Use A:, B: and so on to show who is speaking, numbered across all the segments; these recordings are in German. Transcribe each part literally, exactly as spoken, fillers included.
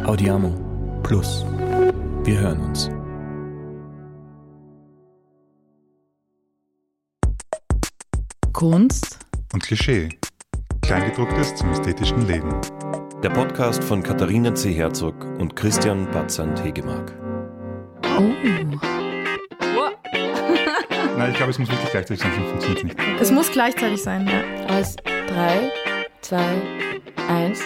A: Audiamo Plus. Wir hören uns.
B: Kunst
C: und Klischee. Kleingedrucktes zum ästhetischen Leben.
D: Der Podcast von Katharina C. Herzog und Christian Batzand-Hegemark.
B: Oh.
C: Nein, ich glaube, es muss wirklich gleichzeitig sein, sonst funktioniert es nicht.
B: Es muss gleichzeitig sein, ja.
E: Aus drei, zwei, eins.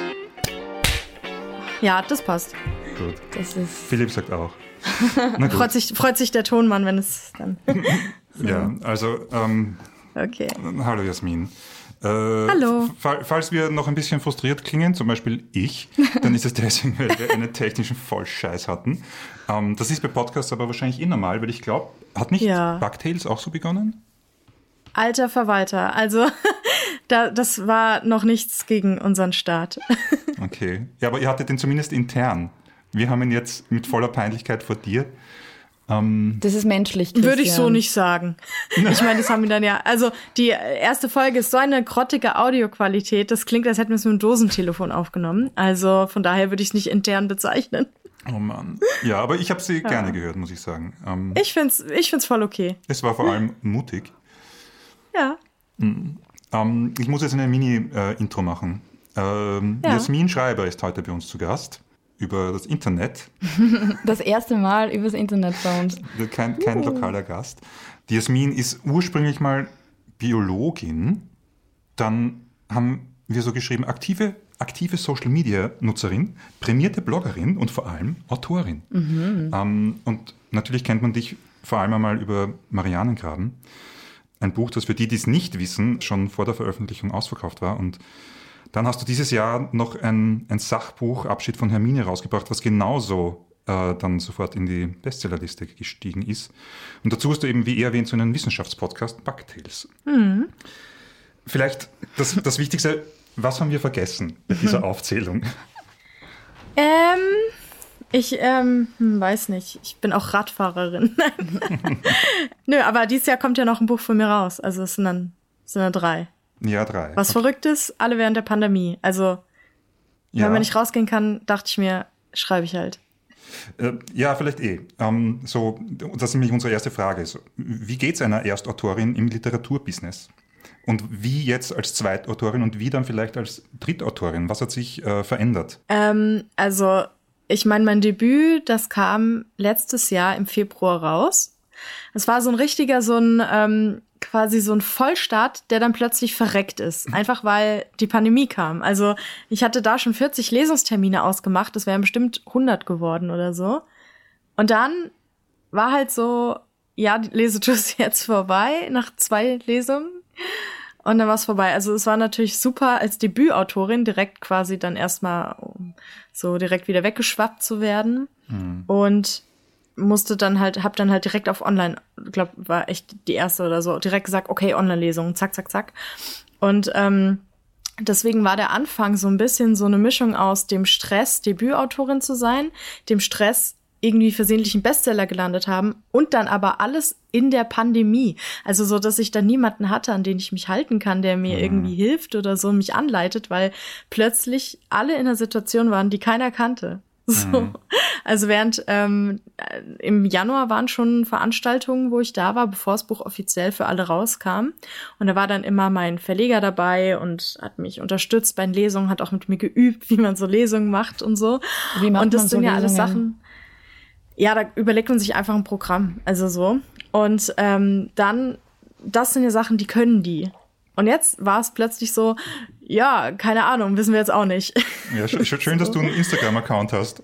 B: Ja, das passt.
C: Gut.
E: Das ist
C: Philipp sagt auch.
B: freut, sich, freut sich der Tonmann, wenn es dann... so.
C: Ja, also, ähm,
B: okay.
C: Hallo Jasmin. Äh,
B: Hallo.
C: F- falls wir noch ein bisschen frustriert klingen, zum Beispiel ich, dann ist es deswegen, weil wir einen technischen Vollscheiß hatten. Ähm, das ist bei Podcasts aber wahrscheinlich eh normal, weil ich glaube, hat nicht
B: ja.
C: Bugtails auch so begonnen?
B: Alter Verwalter, also da, das war noch nichts gegen unseren Start.
C: Okay, ja, aber ihr hattet den zumindest intern. Wir haben ihn jetzt mit voller Peinlichkeit vor dir. Ähm,
E: das ist menschlich, Christian.
B: Würde ich so nicht sagen. Ich meine, das haben wir dann ja, also die erste Folge ist so eine grottige Audioqualität, das klingt, als hätten wir es mit einem Dosentelefon aufgenommen. Also von daher würde ich es nicht intern bezeichnen.
C: Oh Mann. Ja, aber ich habe sie
B: ja.
C: gerne gehört, muss ich sagen. Ähm,
B: ich find's, ich find's voll okay.
C: Es war vor allem mutig.
B: Ja.
C: Mhm. Ähm, ich muss jetzt eine Mini-Intro äh, machen. Ähm,
B: ja.
C: Jasmin Schreiber ist heute bei uns zu Gast. Über das Internet.
E: Das erste Mal übers Internet bei uns.
C: Kein, kein uh. lokaler Gast. Die Jasmin ist ursprünglich mal Biologin. Dann haben wir so geschrieben, aktive, aktive Social-Media-Nutzerin, prämierte Bloggerin und vor allem Autorin.
E: Mhm.
C: Ähm, und natürlich kennt man dich vor allem einmal über Marianengraben. Ein Buch, das für die, die es nicht wissen, schon vor der Veröffentlichung ausverkauft war. Und dann hast du dieses Jahr noch ein, ein Sachbuch, Abschied von Hermine, rausgebracht, was genauso äh, dann sofort in die Bestsellerliste gestiegen ist. Und dazu hast du eben, wie erwähnt, so einen Wissenschaftspodcast, Bugtails.
B: Mhm.
C: Vielleicht das, das Wichtigste, was haben wir vergessen bei dieser Aufzählung?
B: Ähm, ich ähm, weiß nicht. Ich bin auch Radfahrerin. Nö, aber dieses Jahr kommt ja noch ein Buch von mir raus. Also es sind dann, es sind dann drei.
C: Ja, drei.
B: Was okay. verrückt ist, alle während der Pandemie. Also, ja. wenn man nicht rausgehen kann, dachte ich mir, schreibe ich halt.
C: Äh, ja, vielleicht eh. Ähm, so, das ist nämlich unsere erste Frage. So, wie geht's einer Erstautorin im Literaturbusiness? Und wie jetzt als Zweitautorin und wie dann vielleicht als Drittautorin? Was hat sich äh, verändert?
B: Ähm, also, ich meine, mein Debüt, das kam letztes Jahr im Februar raus. Es war so ein richtiger, so ein ähm, quasi so ein Vollstart, der dann plötzlich verreckt ist. Einfach weil die Pandemie kam. Also ich hatte da schon vierzig Lesungstermine ausgemacht. Das wären bestimmt hundert geworden oder so. Und dann war halt so, ja, die Lesetour ist jetzt vorbei nach zwei Lesungen. Und dann war es vorbei. Also es war natürlich super als Debütautorin direkt quasi dann erstmal um so direkt wieder weggeschwappt zu werden. Mhm. Und musste dann halt, hab dann halt direkt auf Online, glaube, war echt die erste oder so, direkt gesagt, okay, Online-Lesungen, zack, zack, zack. Und ähm, deswegen war der Anfang so ein bisschen so eine Mischung aus dem Stress, Debütautorin zu sein, dem Stress, irgendwie versehentlich einen Bestseller gelandet haben und dann aber alles in der Pandemie. Also so, dass ich dann niemanden hatte, an den ich mich halten kann, der mir mhm. irgendwie hilft oder so, mich anleitet, weil plötzlich alle in einer Situation waren, die keiner kannte. So. Mhm. Also während ähm, im Januar waren schon Veranstaltungen, wo ich da war, bevor das Buch offiziell für alle rauskam. Und da war dann immer mein Verleger dabei und hat mich unterstützt bei den Lesungen, hat auch mit mir geübt, wie man so Lesungen macht und so.
E: Wie macht
B: und das
E: man
B: sind
E: so
B: ja alles
E: Lesungen?
B: Sachen. Ja, da überlegt man sich einfach ein Programm, also so. Und ähm, dann, das sind ja Sachen, die können die. Und jetzt war es plötzlich so, ja, keine Ahnung, wissen wir jetzt auch nicht.
C: Ja, schön, schön dass du einen Instagram-Account hast.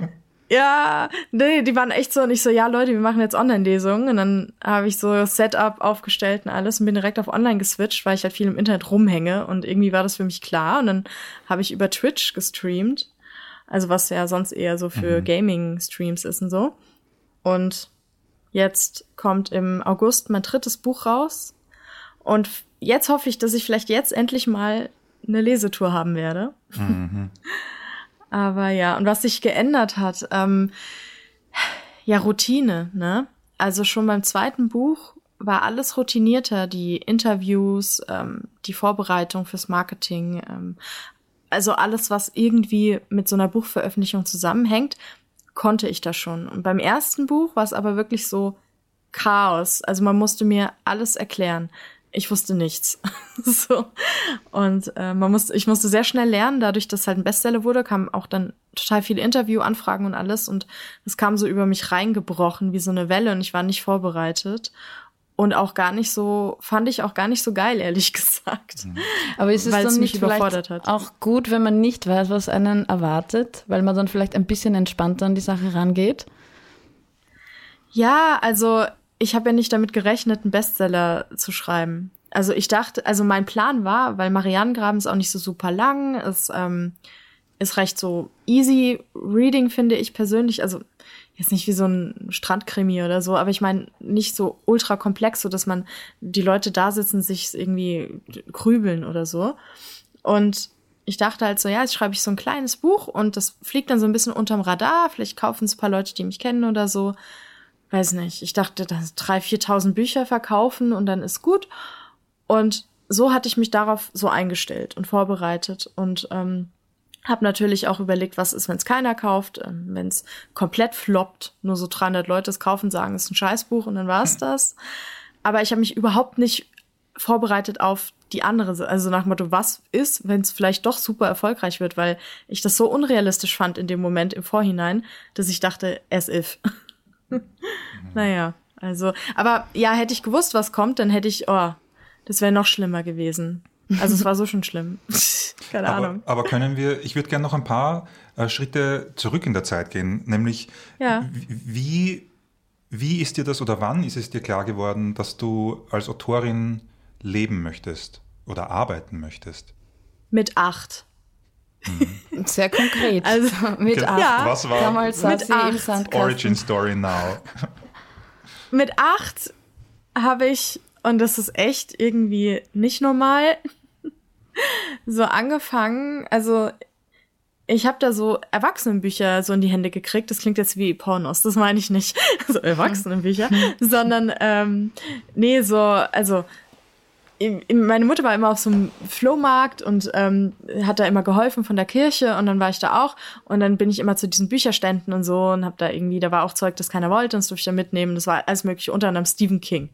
B: Ja, nee, die waren echt so, und ich so, ja Leute, wir machen jetzt Online-Lesungen. Und dann habe ich so Setup aufgestellt und alles und bin direkt auf Online geswitcht, weil ich halt viel im Internet rumhänge. Und irgendwie war das für mich klar. Und dann habe ich über Twitch gestreamt. Also was ja sonst eher so für mhm. Gaming-Streams ist und so. Und jetzt kommt im August mein drittes Buch raus. Und jetzt hoffe ich, dass ich vielleicht jetzt endlich mal eine Lesetour haben werde.
C: Mhm.
B: Aber ja, und was sich geändert hat, ähm, ja, Routine, ne? Also schon beim zweiten Buch war alles routinierter, die Interviews, ähm, die Vorbereitung fürs Marketing, ähm, also alles, was irgendwie mit so einer Buchveröffentlichung zusammenhängt, konnte ich das schon. Und beim ersten Buch war es aber wirklich so Chaos. Also man musste mir alles erklären. Ich wusste nichts. so. Und äh, man musste, ich musste sehr schnell lernen, dadurch, dass es halt ein Bestseller wurde, kamen auch dann total viele Interviewanfragen und alles. Und es kam so über mich reingebrochen, wie so eine Welle, und ich war nicht vorbereitet. Und auch gar nicht so, fand ich auch gar nicht so geil, ehrlich gesagt.
E: Aber ist es
B: Weil
E: dann
B: es mich
E: nicht
B: überfordert
E: vielleicht
B: hat.
E: auch gut, wenn man nicht weiß, was einen erwartet, weil man dann vielleicht ein bisschen entspannter an die Sache rangeht?
B: Ja, also ich habe ja nicht damit gerechnet, einen Bestseller zu schreiben. Also ich dachte, also mein Plan war, weil Marianengraben ist auch nicht so super lang, ist, ähm, ist recht so easy reading, finde ich persönlich. Also jetzt nicht wie so ein Strandkrimi oder so, aber ich meine nicht so ultra komplex, so dass man die Leute da sitzen, sich irgendwie grübeln oder so. Und ich dachte halt so, ja, jetzt schreibe ich so ein kleines Buch und das fliegt dann so ein bisschen unterm Radar. Vielleicht kaufen es ein paar Leute, die mich kennen oder so. Weiß nicht. Ich dachte, dass drei, viertausend Bücher verkaufen und dann ist gut. Und so hatte ich mich darauf so eingestellt und vorbereitet und ähm, habe natürlich auch überlegt, was ist, wenn es keiner kauft, ähm, wenn es komplett floppt, nur so dreihundert Leute es kaufen, sagen, es ist ein Scheißbuch und dann war es das. Aber ich habe mich überhaupt nicht vorbereitet auf die andere, also nach dem Motto, was ist, wenn es vielleicht doch super erfolgreich wird, weil ich das so unrealistisch fand in dem Moment im Vorhinein, dass ich dachte, as if. Naja, also, aber ja, hätte ich gewusst, was kommt, dann hätte ich, oh, das wäre noch schlimmer gewesen. Also es war so schon schlimm. Keine
C: aber,
B: Ahnung.
C: Aber können wir, ich würde gerne noch ein paar äh, Schritte zurück in der Zeit gehen, nämlich
B: ja.
C: wie, wie ist dir das oder wann ist es dir klar geworden, dass du als Autorin leben möchtest oder arbeiten möchtest?
B: Mit acht.
E: Mhm. Sehr konkret.
B: Also
E: mit acht.
B: Ja.
C: Was war
E: Damals saß sie im Sandkasten.
C: Origin Story now?
B: Mit acht habe ich, und das ist echt irgendwie nicht normal, so angefangen, also ich habe da so Erwachsenenbücher so in die Hände gekriegt. Das klingt jetzt wie Pornos, das meine ich nicht. So Erwachsenenbücher, sondern ähm, nee, so, also meine Mutter war immer auf so einem Flohmarkt und ähm, hat da immer geholfen von der Kirche und dann war ich da auch und dann bin ich immer zu diesen Bücherständen und so und hab da irgendwie, da war auch Zeug, das keiner wollte und das durfte ich da mitnehmen. Das war alles mögliche, unter anderem Stephen King.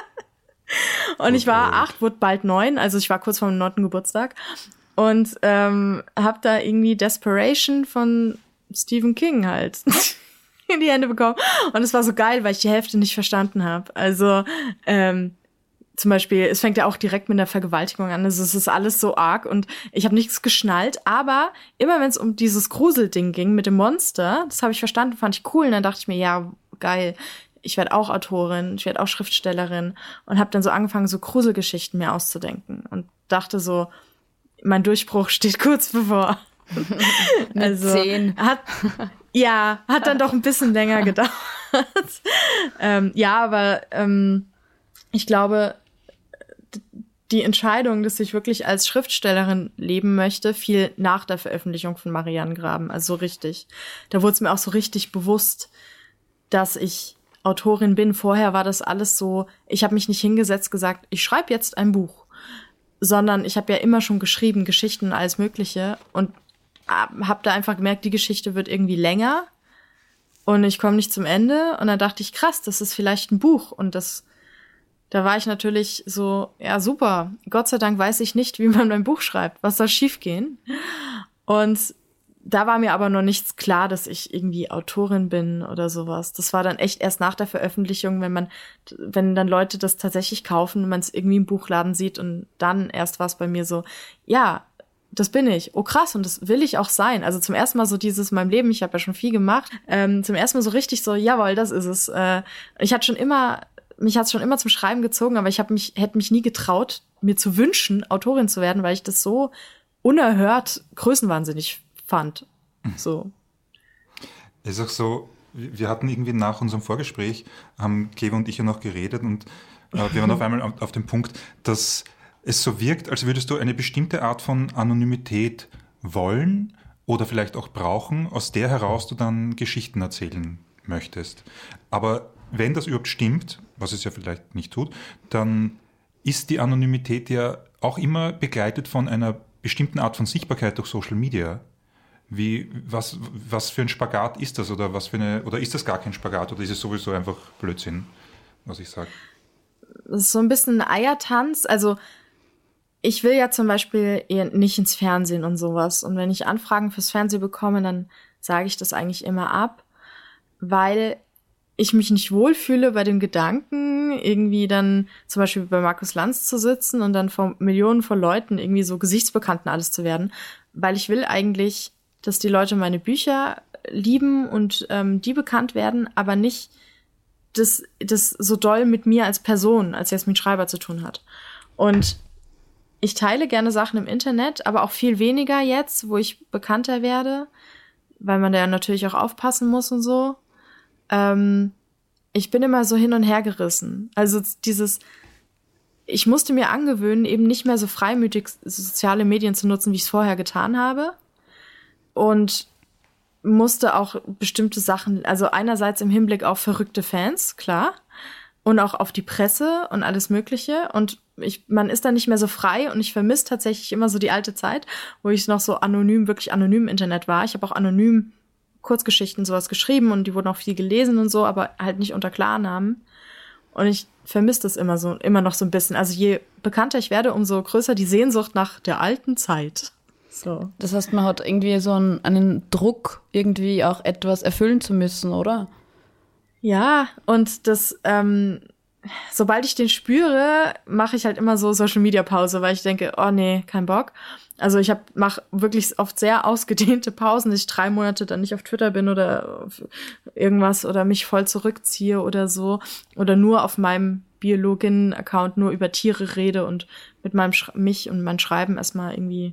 B: Und ich war acht, wurde bald neun, also ich war kurz vor meinem neunten Geburtstag und ähm, hab da irgendwie Desperation von Stephen King halt in die Hände bekommen und es war so geil, weil ich die Hälfte nicht verstanden habe. Also ähm, zum Beispiel, es fängt ja auch direkt mit einer Vergewaltigung an, also es ist alles so arg und ich habe nichts geschnallt, aber immer wenn es um dieses Gruselding ging mit dem Monster, das habe ich verstanden, fand ich cool und dann dachte ich mir, ja, geil, ich werde auch Autorin, ich werde auch Schriftstellerin und habe dann so angefangen, so Gruselgeschichten mir auszudenken und dachte so, mein Durchbruch steht kurz bevor.
E: Mit
B: also,
E: zehn.
B: Hat, ja, hat dann doch ein bisschen länger gedauert. ähm, ja, aber ähm, ich glaube, die Entscheidung, dass ich wirklich als Schriftstellerin leben möchte, fiel nach der Veröffentlichung von Marianengraben, also so richtig. Da wurde es mir auch so richtig bewusst, dass ich Autorin bin. Vorher war das alles so, ich habe mich nicht hingesetzt, gesagt, ich schreibe jetzt ein Buch, sondern ich habe ja immer schon geschrieben, Geschichten und alles Mögliche und habe da einfach gemerkt, die Geschichte wird irgendwie länger und ich komme nicht zum Ende und dann dachte ich, krass, das ist vielleicht ein Buch und das, da war ich natürlich so, ja super, Gott sei Dank weiß ich nicht, wie man mein Buch schreibt, was soll schiefgehen? Und da war mir aber noch nichts klar, dass ich irgendwie Autorin bin oder sowas. Das war dann echt erst nach der Veröffentlichung, wenn man, wenn dann Leute das tatsächlich kaufen und man es irgendwie im Buchladen sieht und dann erst war es bei mir so, ja, das bin ich. Oh krass, und das will ich auch sein. Also zum ersten Mal so dieses in meinem Leben, ich habe ja schon viel gemacht, ähm, zum ersten Mal so richtig so, jawohl, das ist es. Äh, ich hatte schon immer, mich hat es schon immer zum Schreiben gezogen, aber ich habe mich, hätte mich nie getraut, mir zu wünschen, Autorin zu werden, weil ich das so unerhört größenwahnsinnig fand. So.
C: Es ist auch so, wir hatten irgendwie nach unserem Vorgespräch, haben Cleva und ich ja noch geredet und äh, wir waren auf einmal auf, auf dem Punkt, dass es so wirkt, als würdest du eine bestimmte Art von Anonymität wollen oder vielleicht auch brauchen, aus der heraus du dann Geschichten erzählen möchtest. Aber wenn das überhaupt stimmt, was es ja vielleicht nicht tut, dann ist die Anonymität ja auch immer begleitet von einer bestimmten Art von Sichtbarkeit durch Social Media. Wie, was, was für ein Spagat ist das? Oder, was für eine, oder ist das gar kein Spagat? Oder ist es sowieso einfach Blödsinn, was ich sage?
B: Das ist so ein bisschen ein Eiertanz. Also ich will ja zum Beispiel eher nicht ins Fernsehen und sowas. Und wenn ich Anfragen fürs Fernsehen bekomme, dann sage ich das eigentlich immer ab, weil ich mich nicht wohlfühle bei dem Gedanken, irgendwie dann zum Beispiel bei Markus Lanz zu sitzen und dann vor Millionen von Leuten irgendwie so Gesichtsbekannten alles zu werden, weil ich will eigentlich, dass die Leute meine Bücher lieben und ähm, die bekannt werden, aber nicht das, das so doll mit mir als Person, als Jasmin Schreiber zu tun hat. Und ich teile gerne Sachen im Internet, aber auch viel weniger jetzt, wo ich bekannter werde, weil man da ja natürlich auch aufpassen muss und so. Ähm, ich bin immer so hin und her gerissen. Also dieses, ich musste mir angewöhnen, eben nicht mehr so freimütig soziale Medien zu nutzen, wie ich es vorher getan habe. Und musste auch bestimmte Sachen, also einerseits im Hinblick auf verrückte Fans, klar, und auch auf die Presse und alles Mögliche. Und ich, man ist dann nicht mehr so frei und ich vermisse tatsächlich immer so die alte Zeit, wo ich noch so anonym, wirklich anonym im Internet war. Ich habe auch anonym Kurzgeschichten sowas geschrieben und die wurden auch viel gelesen und so, aber halt nicht unter Klarnamen. Und ich vermisse das immer so, immer noch so ein bisschen. Also je bekannter ich werde, umso größer die Sehnsucht nach der alten Zeit. So.
E: Das heißt, man hat irgendwie so einen, einen Druck, irgendwie auch etwas erfüllen zu müssen, oder?
B: Ja, und das, ähm, sobald ich den spüre, mache ich halt immer so Social-Media-Pause, weil ich denke, oh nee, kein Bock. Also ich hab, mache wirklich oft sehr ausgedehnte Pausen, dass ich drei Monate dann nicht auf Twitter bin oder auf irgendwas oder mich voll zurückziehe oder so. Oder nur auf meinem Biologinnen-Account nur über Tiere rede und mit meinem Sch- mich und mein Schreiben erstmal irgendwie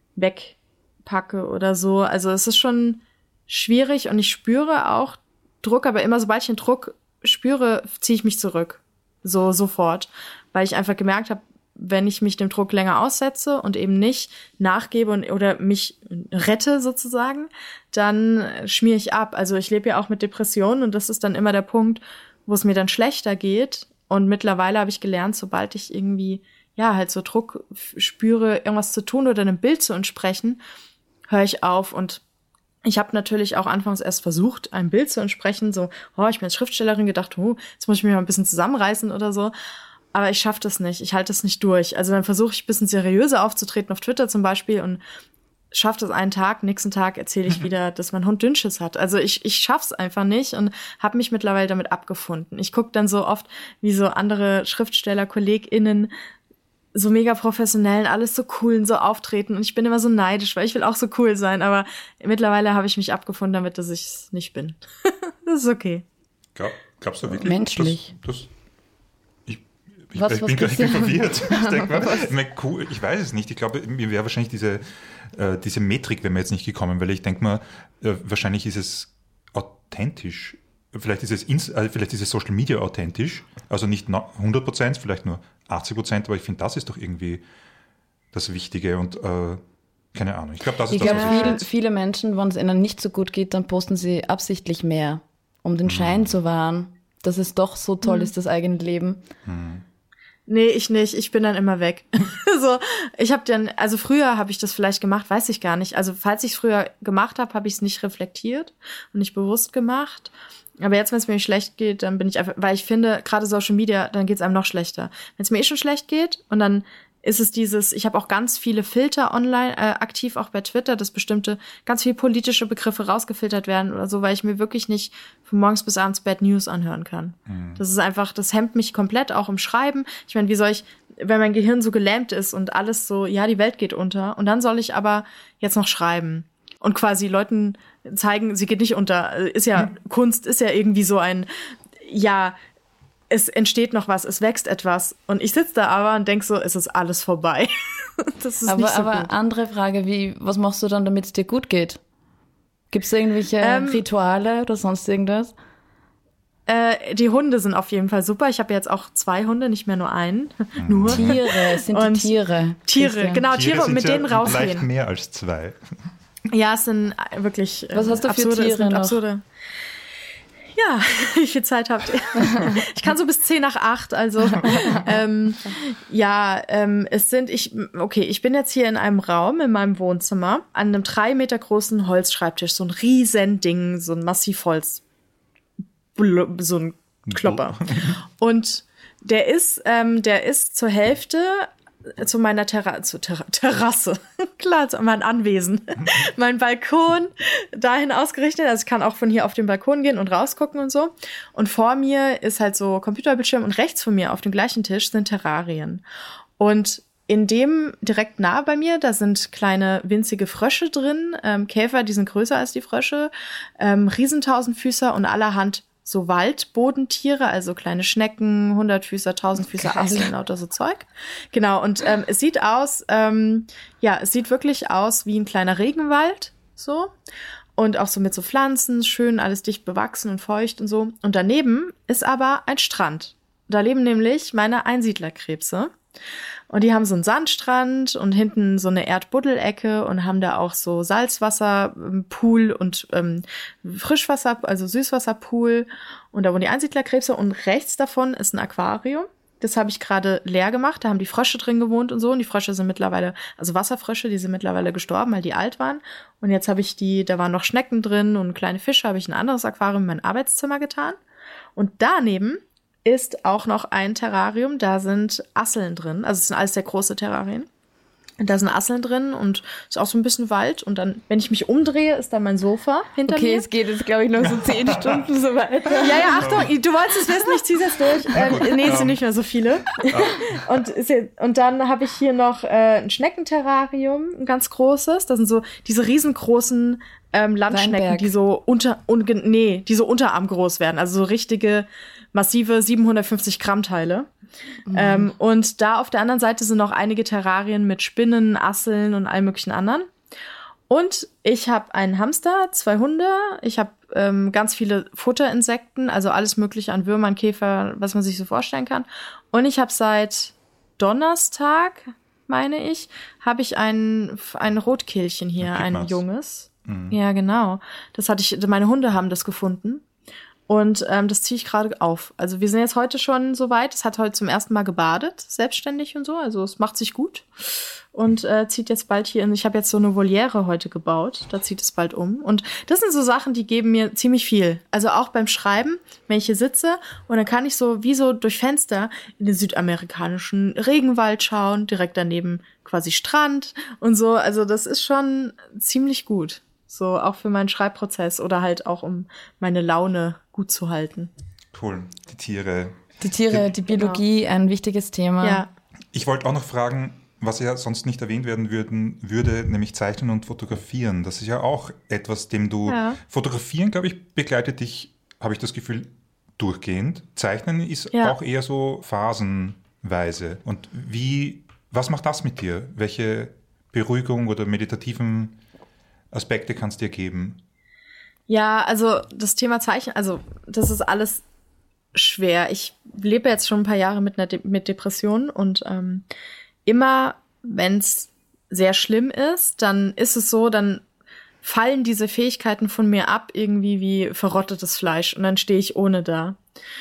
B: wegpacke oder so. Also es ist schon schwierig und ich spüre auch Druck, aber immer sobald ich den Druck spüre, ziehe ich mich zurück. So sofort. Weil ich einfach gemerkt habe, wenn ich mich dem Druck länger aussetze und eben nicht nachgebe und, oder mich rette sozusagen, dann schmiere ich ab. Also ich lebe ja auch mit Depressionen und das ist dann immer der Punkt, wo es mir dann schlechter geht. Und mittlerweile habe ich gelernt, sobald ich irgendwie ja halt so Druck spüre, irgendwas zu tun oder einem Bild zu entsprechen, höre ich auf. Und ich habe natürlich auch anfangs erst versucht, einem Bild zu entsprechen, so, oh, ich bin als Schriftstellerin, gedacht, oh, jetzt muss ich mich mal ein bisschen zusammenreißen oder so. Aber ich schaffe das nicht, ich halte das nicht durch. Also dann versuche ich ein bisschen seriöser aufzutreten auf Twitter zum Beispiel und schaffe das einen Tag, nächsten Tag erzähle ich wieder, dass mein Hund Dünnschiss hat. Also ich ich schaff's einfach nicht und habe mich mittlerweile damit abgefunden. Ich gucke dann so oft, wie so andere Schriftsteller, KollegInnen so mega professionell, alles so cool und so auftreten und ich bin immer so neidisch, weil ich will auch so cool sein, aber mittlerweile habe ich mich abgefunden damit, dass ich es nicht bin. Das ist okay.
C: Glaub, glaubst du wirklich?
E: Menschlich.
C: Das, das, ich ich,
E: Was,
C: ich,
E: was
C: bin, ich bin verwirrt. Ich, denk mal,
E: Was?
C: ich, mein, cool, ich weiß es nicht. Ich glaube, mir wäre wahrscheinlich diese, äh, diese Metrik wäre mir jetzt nicht gekommen, weil ich denke mal, äh, wahrscheinlich ist es authentisch. Vielleicht ist es ins, äh, vielleicht ist es Social Media authentisch, also nicht hundert Prozent, vielleicht nur achtzig Prozent, aber ich finde, das ist doch irgendwie das Wichtige und äh, keine Ahnung. Ich glaube, das ist
E: Ich
C: das,
E: glaube,
C: was ich
E: viele, viele Menschen, wenn es ihnen nicht so gut geht, dann posten sie absichtlich mehr, um den Schein zu wahren, dass es doch so toll
B: Mhm.
E: ist, das eigene Leben.
B: Nee, ich nicht. Ich bin dann immer weg. So, ich habe dann, also früher habe ich das vielleicht gemacht, weiß ich gar nicht. Also falls ich es früher gemacht habe, habe ich es nicht reflektiert und nicht bewusst gemacht. Aber jetzt, wenn es mir schlecht geht, dann bin ich einfach, weil ich finde, gerade Social Media, dann geht es einem noch schlechter. Wenn es mir eh schon schlecht geht und dann ist es dieses, ich habe auch ganz viele Filter online äh, aktiv, auch bei Twitter, dass bestimmte, ganz viele politische Begriffe rausgefiltert werden oder so, weil ich mir wirklich nicht von morgens bis abends Bad News anhören kann. Mhm. Das ist einfach, das hemmt mich komplett, auch im Schreiben. Ich meine, wie soll ich, wenn mein Gehirn so gelähmt ist und alles so, ja, die Welt geht unter und dann soll ich aber jetzt noch schreiben. Und quasi Leuten zeigen, sie geht nicht unter. Ist ja, mhm. Kunst ist ja irgendwie so ein, ja, es entsteht noch was, es wächst etwas. Und ich sitze da aber und denk so, es ist alles vorbei. Das ist
E: aber
B: nicht so
E: aber
B: gut.
E: andere Frage, wie, was machst du dann, damit es dir gut geht? Gibt es irgendwelche
B: Ähm,
E: Rituale oder sonst irgendwas?
B: Äh, die Hunde sind auf jeden Fall super. Ich habe jetzt auch zwei Hunde, nicht mehr nur einen.
C: Mhm.
B: Nur.
E: Tiere, es sind
B: Und
E: die Tiere.
B: Tiere,
E: Christian.
B: genau, Tiere, und mit
C: sind
B: denen
C: ja Leicht
B: rausgehen.
C: mehr als zwei.
B: Ja, es sind wirklich äh,
E: Was hast du für
B: absurde, es
E: Tiere
B: sind
E: noch?
B: absurde. Ja, wie viel Zeit habt ihr? Ich kann so bis zehn nach acht, also ähm, ja, ähm, es sind, ich, okay, ich bin jetzt hier in einem Raum, in meinem Wohnzimmer, an einem drei Meter großen Holzschreibtisch, so ein riesen Ding, so ein Massivholz, so ein Klopper. Und der ist, ähm, der ist zur Hälfte zu meiner Terra- zu Ter- Terrasse, klar, zu meinem Anwesen, mein Balkon dahin ausgerichtet. Also ich kann auch von hier auf den Balkon gehen und rausgucken und so. Und vor mir ist halt so Computerbildschirm und rechts von mir auf dem gleichen Tisch sind Terrarien. Und in dem direkt nah bei mir, da sind kleine winzige Frösche drin, ähm, Käfer, die sind größer als die Frösche, ähm, Riesentausendfüßer und allerhand so Waldbodentiere, also kleine Schnecken, Hundertfüßer, Tausendfüßer, Asseln, lauter so Zeug. Genau, und ähm, es sieht aus, ähm, ja, es sieht wirklich aus wie ein kleiner Regenwald, so. Und auch so mit so Pflanzen, schön alles dicht bewachsen und feucht und so. Und daneben ist aber ein Strand. Da leben nämlich meine Einsiedlerkrebse. Und die haben so einen Sandstrand und hinten so eine Erdbuddelecke und haben da auch so Salzwasserpool und ähm, Frischwasser, also Süßwasserpool. Und da wohnen die Einsiedlerkrebse. Und rechts davon ist ein Aquarium. Das habe ich gerade leer gemacht. Da haben die Frösche drin gewohnt und so. Und die Frösche sind mittlerweile, also Wasserfrösche, die sind mittlerweile gestorben, weil die alt waren. Und jetzt habe ich die, da waren noch Schnecken drin und kleine Fische, habe ich in ein anderes Aquarium in mein Arbeitszimmer getan. Und daneben ist auch noch ein Terrarium, da sind Asseln drin, also es sind alles sehr große Terrarien. Und da sind Asseln drin und ist auch so ein bisschen Wald. Und dann, wenn ich mich umdrehe, ist da mein Sofa hinter
E: okay,
B: mir.
E: Okay, es geht jetzt, glaube ich, noch so zehn Stunden so weiter.
B: Ja, ja, Achtung, du wolltest es wissen, ich zieh's jetzt durch. Ähm, nee, es sind nicht mehr so viele. Und, ist jetzt, und dann habe ich hier noch äh, ein Schneckenterrarium, ein ganz großes. Das sind so diese riesengroßen ähm, Landschnecken,
E: Weinberg.
B: die so unter, un, nee, die so unterarmgroß werden. Also so richtige massive siebenhundertfünfzig Gramm Teile. Mhm. Ähm, und da auf der anderen Seite sind noch einige Terrarien mit Spinnen, Asseln und allem möglichen anderen. Und ich habe einen Hamster, zwei Hunde, ich habe ähm, ganz viele Futterinsekten, also alles mögliche an Würmern, Käfer, was man sich so vorstellen kann. Und ich habe seit Donnerstag, meine ich, habe ich ein, ein Rotkehlchen hier, ein, ein junges. Mhm. Ja, genau. Das hatte ich, meine Hunde haben das gefunden. Und ähm, das ziehe ich gerade auf. Also wir sind jetzt heute schon so weit. Es hat heute zum ersten Mal gebadet, selbstständig und so. Also es macht sich gut. Und äh, zieht jetzt bald hier in. Ich habe jetzt so eine Voliere heute gebaut. Da zieht es bald um. Und das sind so Sachen, die geben mir ziemlich viel. Also auch beim Schreiben, wenn ich hier sitze und dann kann ich so wie so durch Fenster in den südamerikanischen Regenwald schauen. Direkt daneben quasi Strand und so. Also das ist schon ziemlich gut. So auch für meinen Schreibprozess oder halt auch, um meine Laune gut zu halten.
C: Cool, die Tiere.
E: Die Tiere, die Biologie, genau. Ein wichtiges Thema.
B: Ja.
C: Ich wollte auch noch fragen, was ja sonst nicht erwähnt werden würden, würde, nämlich Zeichnen und Fotografieren. Das ist ja auch etwas, dem du...
B: Ja.
C: Fotografieren, glaube ich, begleitet dich, habe ich das Gefühl, durchgehend. Zeichnen ist
B: ja.
C: auch eher so phasenweise. Und wie, was macht das mit dir? Welche Beruhigung oder meditativen Aspekte kann es dir geben?
B: Ja, also das Thema Zeichnen, also das ist alles schwer. Ich lebe jetzt schon ein paar Jahre mit einer De- mit Depressionen und ähm, immer, wenn es sehr schlimm ist, dann ist es so, dann fallen diese Fähigkeiten von mir ab, irgendwie wie verrottetes Fleisch und dann stehe ich ohne da.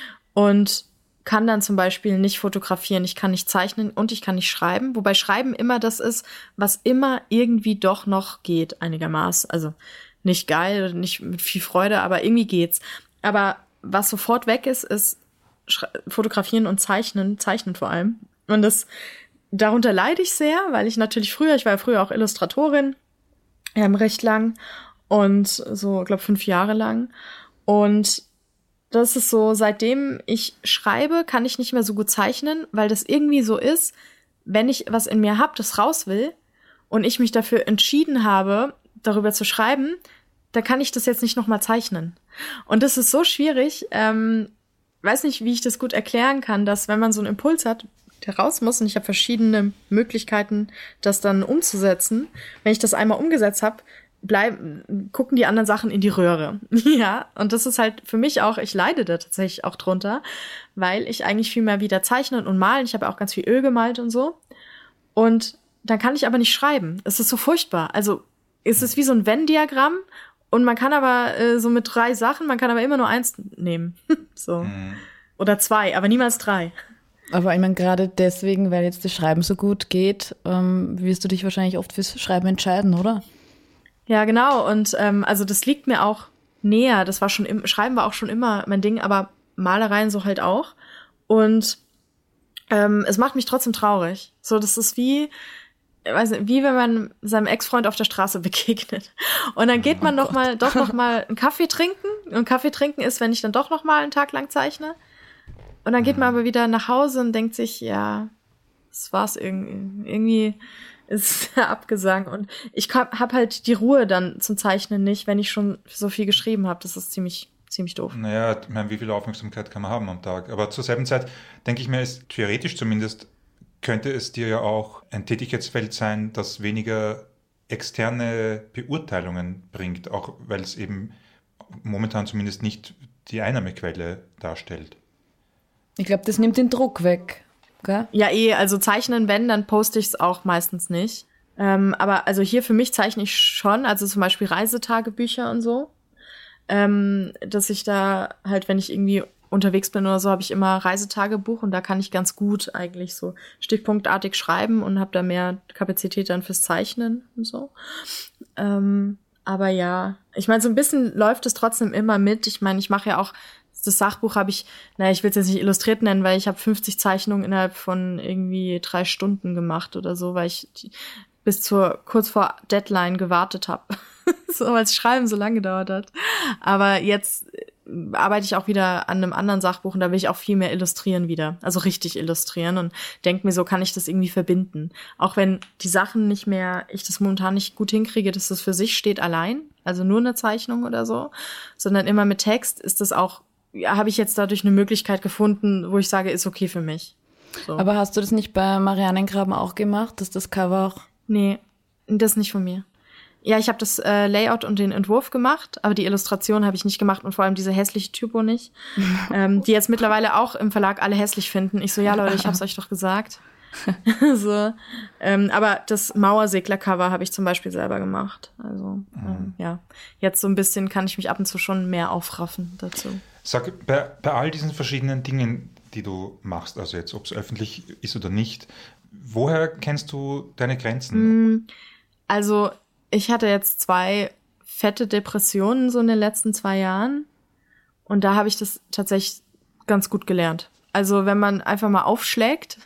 B: Und kann dann zum Beispiel nicht fotografieren, ich kann nicht zeichnen und ich kann nicht schreiben. Wobei Schreiben immer das ist, was immer irgendwie doch noch geht, einigermaßen. Also nicht geil, nicht mit viel Freude, aber irgendwie geht's. Aber was sofort weg ist, ist Sch- Fotografieren und Zeichnen, Zeichnen vor allem. Und das, darunter leide ich sehr, weil ich natürlich früher, ich war ja früher auch Illustratorin, ähm, recht lang und so, glaube fünf Jahre lang. Und das ist so, seitdem ich schreibe, kann ich nicht mehr so gut zeichnen, weil das irgendwie so ist, wenn ich was in mir habe, das raus will und ich mich dafür entschieden habe, darüber zu schreiben, dann kann ich das jetzt nicht nochmal zeichnen. Und das ist so schwierig, ähm, weiß nicht, wie ich das gut erklären kann, dass wenn man so einen Impuls hat, der raus muss, und ich habe verschiedene Möglichkeiten, das dann umzusetzen, wenn ich das einmal umgesetzt habe, bleiben, gucken die anderen Sachen in die Röhre. Ja, und das ist halt für mich auch, ich leide da tatsächlich auch drunter, weil ich eigentlich viel mehr wieder zeichnen und malen. Ich habe auch ganz viel Öl gemalt und so. Und dann kann ich aber nicht schreiben. Es ist so furchtbar. Also es ist wie so ein Venn-Diagramm Und man kann aber äh, so mit drei Sachen, man kann aber immer nur eins nehmen. so. Mhm. Oder zwei, aber niemals drei.
E: Aber ich meine, gerade deswegen, weil jetzt das Schreiben so gut geht, ähm, wirst du dich wahrscheinlich oft fürs Schreiben entscheiden, oder?
B: Ja, genau. Und ähm, also das liegt mir auch näher. Das war schon im, Schreiben war auch schon immer mein Ding, aber Malereien so halt auch. Und ähm, es macht mich trotzdem traurig. So, das ist wie, ich weiß nicht, wie wenn man seinem Ex-Freund auf der Straße begegnet. Und dann geht man oh noch mal, doch noch mal einen Kaffee trinken. Und Kaffee trinken ist, wenn ich dann doch noch mal einen Tag lang zeichne. Und dann geht man aber wieder nach Hause und denkt sich, ja, das war's irgendwie. Irgendwie ist der Abgesang. Und ich hab halt die Ruhe dann zum Zeichnen nicht, wenn ich schon so viel geschrieben habe. Das ist ziemlich, ziemlich doof.
C: Naja, ich meine, wie viel Aufmerksamkeit kann man haben am Tag? Aber zur selben Zeit denke ich mir, ist theoretisch zumindest könnte es dir ja auch ein Tätigkeitsfeld sein, das weniger externe Beurteilungen bringt, auch weil es eben momentan zumindest nicht die Einnahmequelle darstellt.
E: Ich glaube, das nimmt den Druck weg, gell?
B: Ja, eh, also zeichnen, wenn, dann poste ich es auch meistens nicht. Ähm, aber also hier für mich zeichne ich schon, also zum Beispiel Reisetagebücher und so, ähm, dass ich da halt, wenn ich irgendwie unterwegs bin oder so, habe ich immer Reisetagebuch und da kann ich ganz gut eigentlich so stichpunktartig schreiben und habe da mehr Kapazität dann fürs Zeichnen und so. Ähm, aber ja, ich meine, so ein bisschen läuft es trotzdem immer mit. Ich meine, ich mache ja auch, das Sachbuch habe ich, naja, ich will es jetzt nicht illustriert nennen, weil ich habe fünfzig Zeichnungen innerhalb von irgendwie drei Stunden gemacht oder so, weil ich die, bis zur kurz vor Deadline gewartet habe. so, weil das Schreiben so lange gedauert hat. Aber jetzt arbeite ich auch wieder an einem anderen Sachbuch und da will ich auch viel mehr illustrieren wieder. Also richtig illustrieren und denke mir, so kann ich das irgendwie verbinden. Auch wenn die Sachen nicht mehr, ich das momentan nicht gut hinkriege, dass das für sich steht allein, also nur eine Zeichnung oder so, sondern immer mit Text ist das auch, ja, habe ich jetzt dadurch eine Möglichkeit gefunden, wo ich sage, ist okay für mich. So.
E: Aber hast du das nicht bei Marianengraben auch gemacht, dass das Cover auch...
B: Nee, das nicht von mir. Ja, ich habe das äh, Layout und den Entwurf gemacht, aber die Illustration habe ich nicht gemacht und vor allem diese hässliche Typo nicht, ähm, die jetzt mittlerweile auch im Verlag alle hässlich finden. Ich so, ja Leute, ich hab's euch doch gesagt. so, ähm, aber das Mauersegler-Cover habe ich zum Beispiel selber gemacht. Also ähm, ja, jetzt so ein bisschen kann ich mich ab und zu schon mehr aufraffen dazu.
C: Sag, bei, bei all diesen verschiedenen Dingen, die du machst, also jetzt, ob es öffentlich ist oder nicht, woher kennst du deine Grenzen?
B: Also ich hatte jetzt zwei fette Depressionen so in den letzten zwei Jahren und da habe ich das tatsächlich ganz gut gelernt. Also wenn man einfach mal aufschlägt,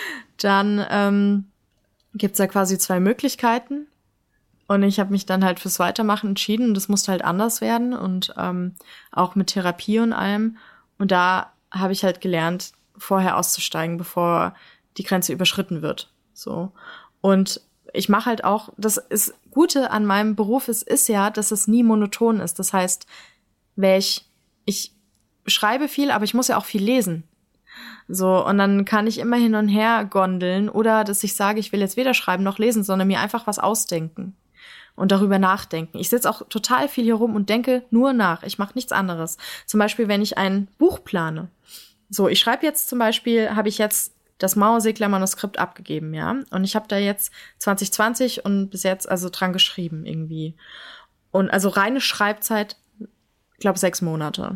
B: dann ähm, gibt es ja quasi zwei Möglichkeiten und ich habe mich dann halt fürs Weitermachen entschieden und das musste halt anders werden und ähm, auch mit Therapie und allem und da habe ich halt gelernt, vorher auszusteigen, bevor die Grenze überschritten wird. So und ich mache halt auch, das ist Gute an meinem Beruf ist, ist ja, dass es nie monoton ist. Das heißt, ich, ich schreibe viel, aber ich muss ja auch viel lesen. So, und dann kann ich immer hin und her gondeln oder dass ich sage, ich will jetzt weder schreiben noch lesen, sondern mir einfach was ausdenken und darüber nachdenken. Ich sitze auch total viel hier rum und denke nur nach. Ich mache nichts anderes. Zum Beispiel, wenn ich ein Buch plane. So, ich schreibe jetzt zum Beispiel, habe ich jetzt das Mauersegler-Manuskript abgegeben, ja. Und ich habe da jetzt zwanzig zwanzig und bis jetzt also dran geschrieben irgendwie. Und also reine Schreibzeit, ich glaube sechs Monate.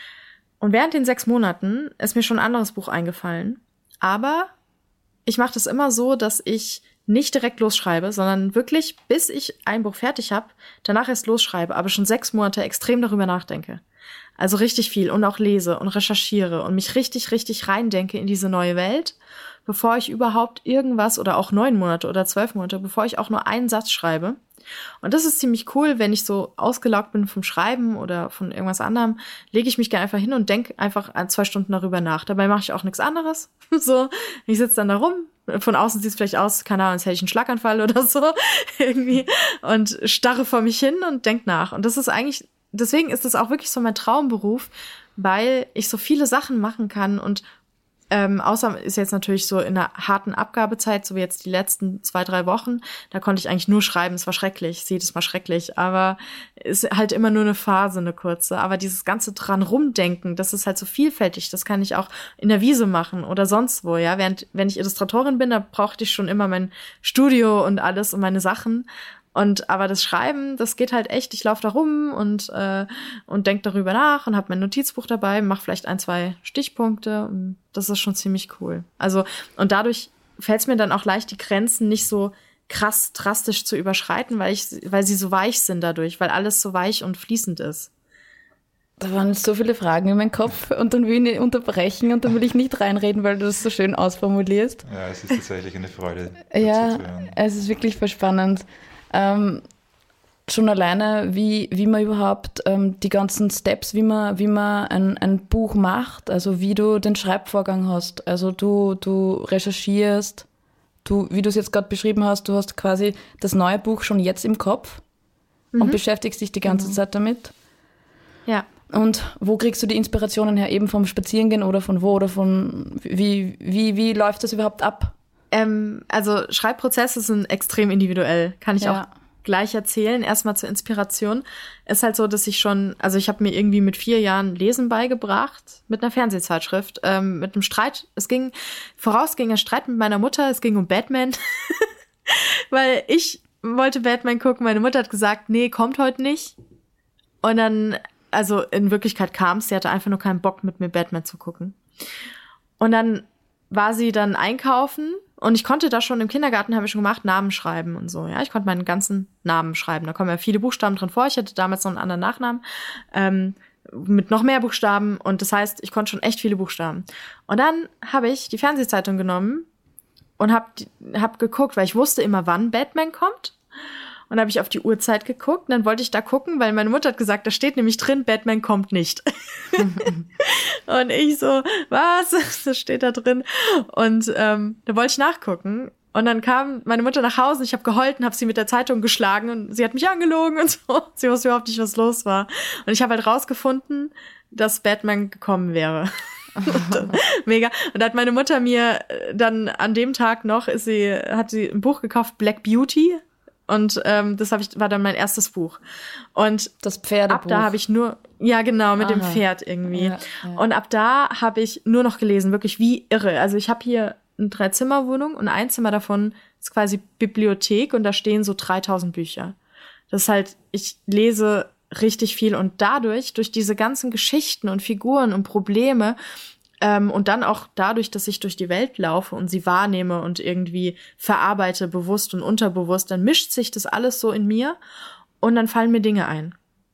B: Und während den sechs Monaten ist mir schon ein anderes Buch eingefallen. Aber ich mache das immer so, dass ich nicht direkt losschreibe, sondern wirklich, bis ich ein Buch fertig habe, danach erst losschreibe, aber schon sechs Monate extrem darüber nachdenke. Also richtig viel und auch lese und recherchiere und mich richtig, richtig reindenke in diese neue Welt, bevor ich überhaupt irgendwas oder auch neun Monate oder zwölf Monate, bevor ich auch nur einen Satz schreibe. Und das ist ziemlich cool, wenn ich so ausgelaugt bin vom Schreiben oder von irgendwas anderem, lege ich mich gerne einfach hin und denke einfach an zwei Stunden darüber nach. Dabei mache ich auch nichts anderes. So, ich sitze dann da rum. Von außen sieht es vielleicht aus, keine Ahnung, als hätte ich einen Schlaganfall oder so irgendwie und starre vor mich hin und denke nach. Und das ist eigentlich Deswegen ist es auch wirklich so mein Traumberuf, weil ich so viele Sachen machen kann und ähm, außer ist jetzt natürlich so in einer harten Abgabezeit, so wie jetzt die letzten zwei, drei Wochen, da konnte ich eigentlich nur schreiben, es war schrecklich, es jedes Mal schrecklich, aber ist halt immer nur eine Phase, eine kurze, aber dieses ganze dran rumdenken, das ist halt so vielfältig, das kann ich auch in der Wiese machen oder sonst wo, ja, während, wenn ich Illustratorin bin, da brauchte ich schon immer mein Studio und alles und meine Sachen Und aber das Schreiben, das geht halt echt, ich laufe da rum und äh, und denk darüber nach und habe mein Notizbuch dabei, mache vielleicht ein, zwei Stichpunkte und das ist schon ziemlich cool. Also und dadurch fällt es mir dann auch leicht, die Grenzen nicht so krass drastisch zu überschreiten, weil ich weil sie so weich sind dadurch, weil alles so weich und fließend ist.
E: Da waren so viele Fragen in meinem Kopf und dann will ich nicht unterbrechen und dann will ich nicht reinreden, weil du das so schön ausformulierst.
C: Ja, es ist tatsächlich eine Freude, dazu
E: ja,
C: zu hören.
E: Es ist wirklich voll spannend. Ähm, schon alleine, wie, wie man überhaupt ähm, die ganzen Steps, wie man, wie man ein, ein Buch macht, also wie du den Schreibvorgang hast. Also du, du recherchierst, du, wie du es jetzt gerade beschrieben hast, du hast quasi das neue Buch schon jetzt im Kopf mhm. und beschäftigst dich die ganze mhm. Zeit damit.
B: Ja.
E: Und wo kriegst du die Inspirationen her? Eben vom Spazierengehen oder von wo? Oder von wie, wie, wie läuft das überhaupt ab?
B: Ähm, also Schreibprozesse sind extrem individuell, kann ich
E: ja.
B: auch gleich erzählen. Erstmal zur Inspiration. Ist halt so, dass ich schon, also ich habe mir irgendwie mit vier Jahren Lesen beigebracht, mit einer Fernsehzeitschrift, ähm, mit einem Streit. Es ging, voraus ging ein Streit mit meiner Mutter, es ging um Batman. Weil ich wollte Batman gucken, meine Mutter hat gesagt, nee, kommt heute nicht. Und dann, also in Wirklichkeit kam es, sie hatte einfach nur keinen Bock, mit mir Batman zu gucken. Und dann war sie dann einkaufen und ich konnte da schon im Kindergarten, habe ich schon gemacht, Namen schreiben und so. Ja, ich konnte meinen ganzen Namen schreiben. Da kommen ja viele Buchstaben drin vor. Ich hatte damals noch einen anderen Nachnamen ähm, mit noch mehr Buchstaben und das heißt, ich konnte schon echt viele Buchstaben. Und dann habe ich die Fernsehzeitung genommen und habe hab geguckt, weil ich wusste immer, wann Batman kommt. Und dann habe ich auf die Uhrzeit geguckt und dann wollte ich da gucken, weil meine Mutter hat gesagt, da steht nämlich drin, Batman kommt nicht. Und ich so, was? Das steht da drin. Und ähm, da wollte ich nachgucken. Und dann kam meine Mutter nach Hause und ich habe geheult und habe sie mit der Zeitung geschlagen und sie hat mich angelogen und so. Sie wusste überhaupt nicht, was los war. Und ich habe halt rausgefunden, dass Batman gekommen wäre. Mega. Und da hat meine Mutter mir dann an dem Tag noch, ist sie, hat sie ein Buch gekauft, Black Beauty. Und ähm, das hab ich, war dann mein erstes Buch. Und
E: das Pferdebuch.
B: Ab da habe ich nur, ja genau, mit Aha. dem Pferd irgendwie. Ja, ja. Und ab da habe ich nur noch gelesen, wirklich wie irre. Also ich habe hier eine Dreizimmerwohnung und ein Zimmer davon ist quasi Bibliothek und da stehen so dreitausend Bücher. Das ist halt, ich lese richtig viel und dadurch, durch diese ganzen Geschichten und Figuren und Probleme, Ähm, und dann auch dadurch, dass ich durch die Welt laufe und sie wahrnehme und irgendwie verarbeite, bewusst und unterbewusst, dann mischt sich das alles so in mir und dann fallen mir Dinge ein.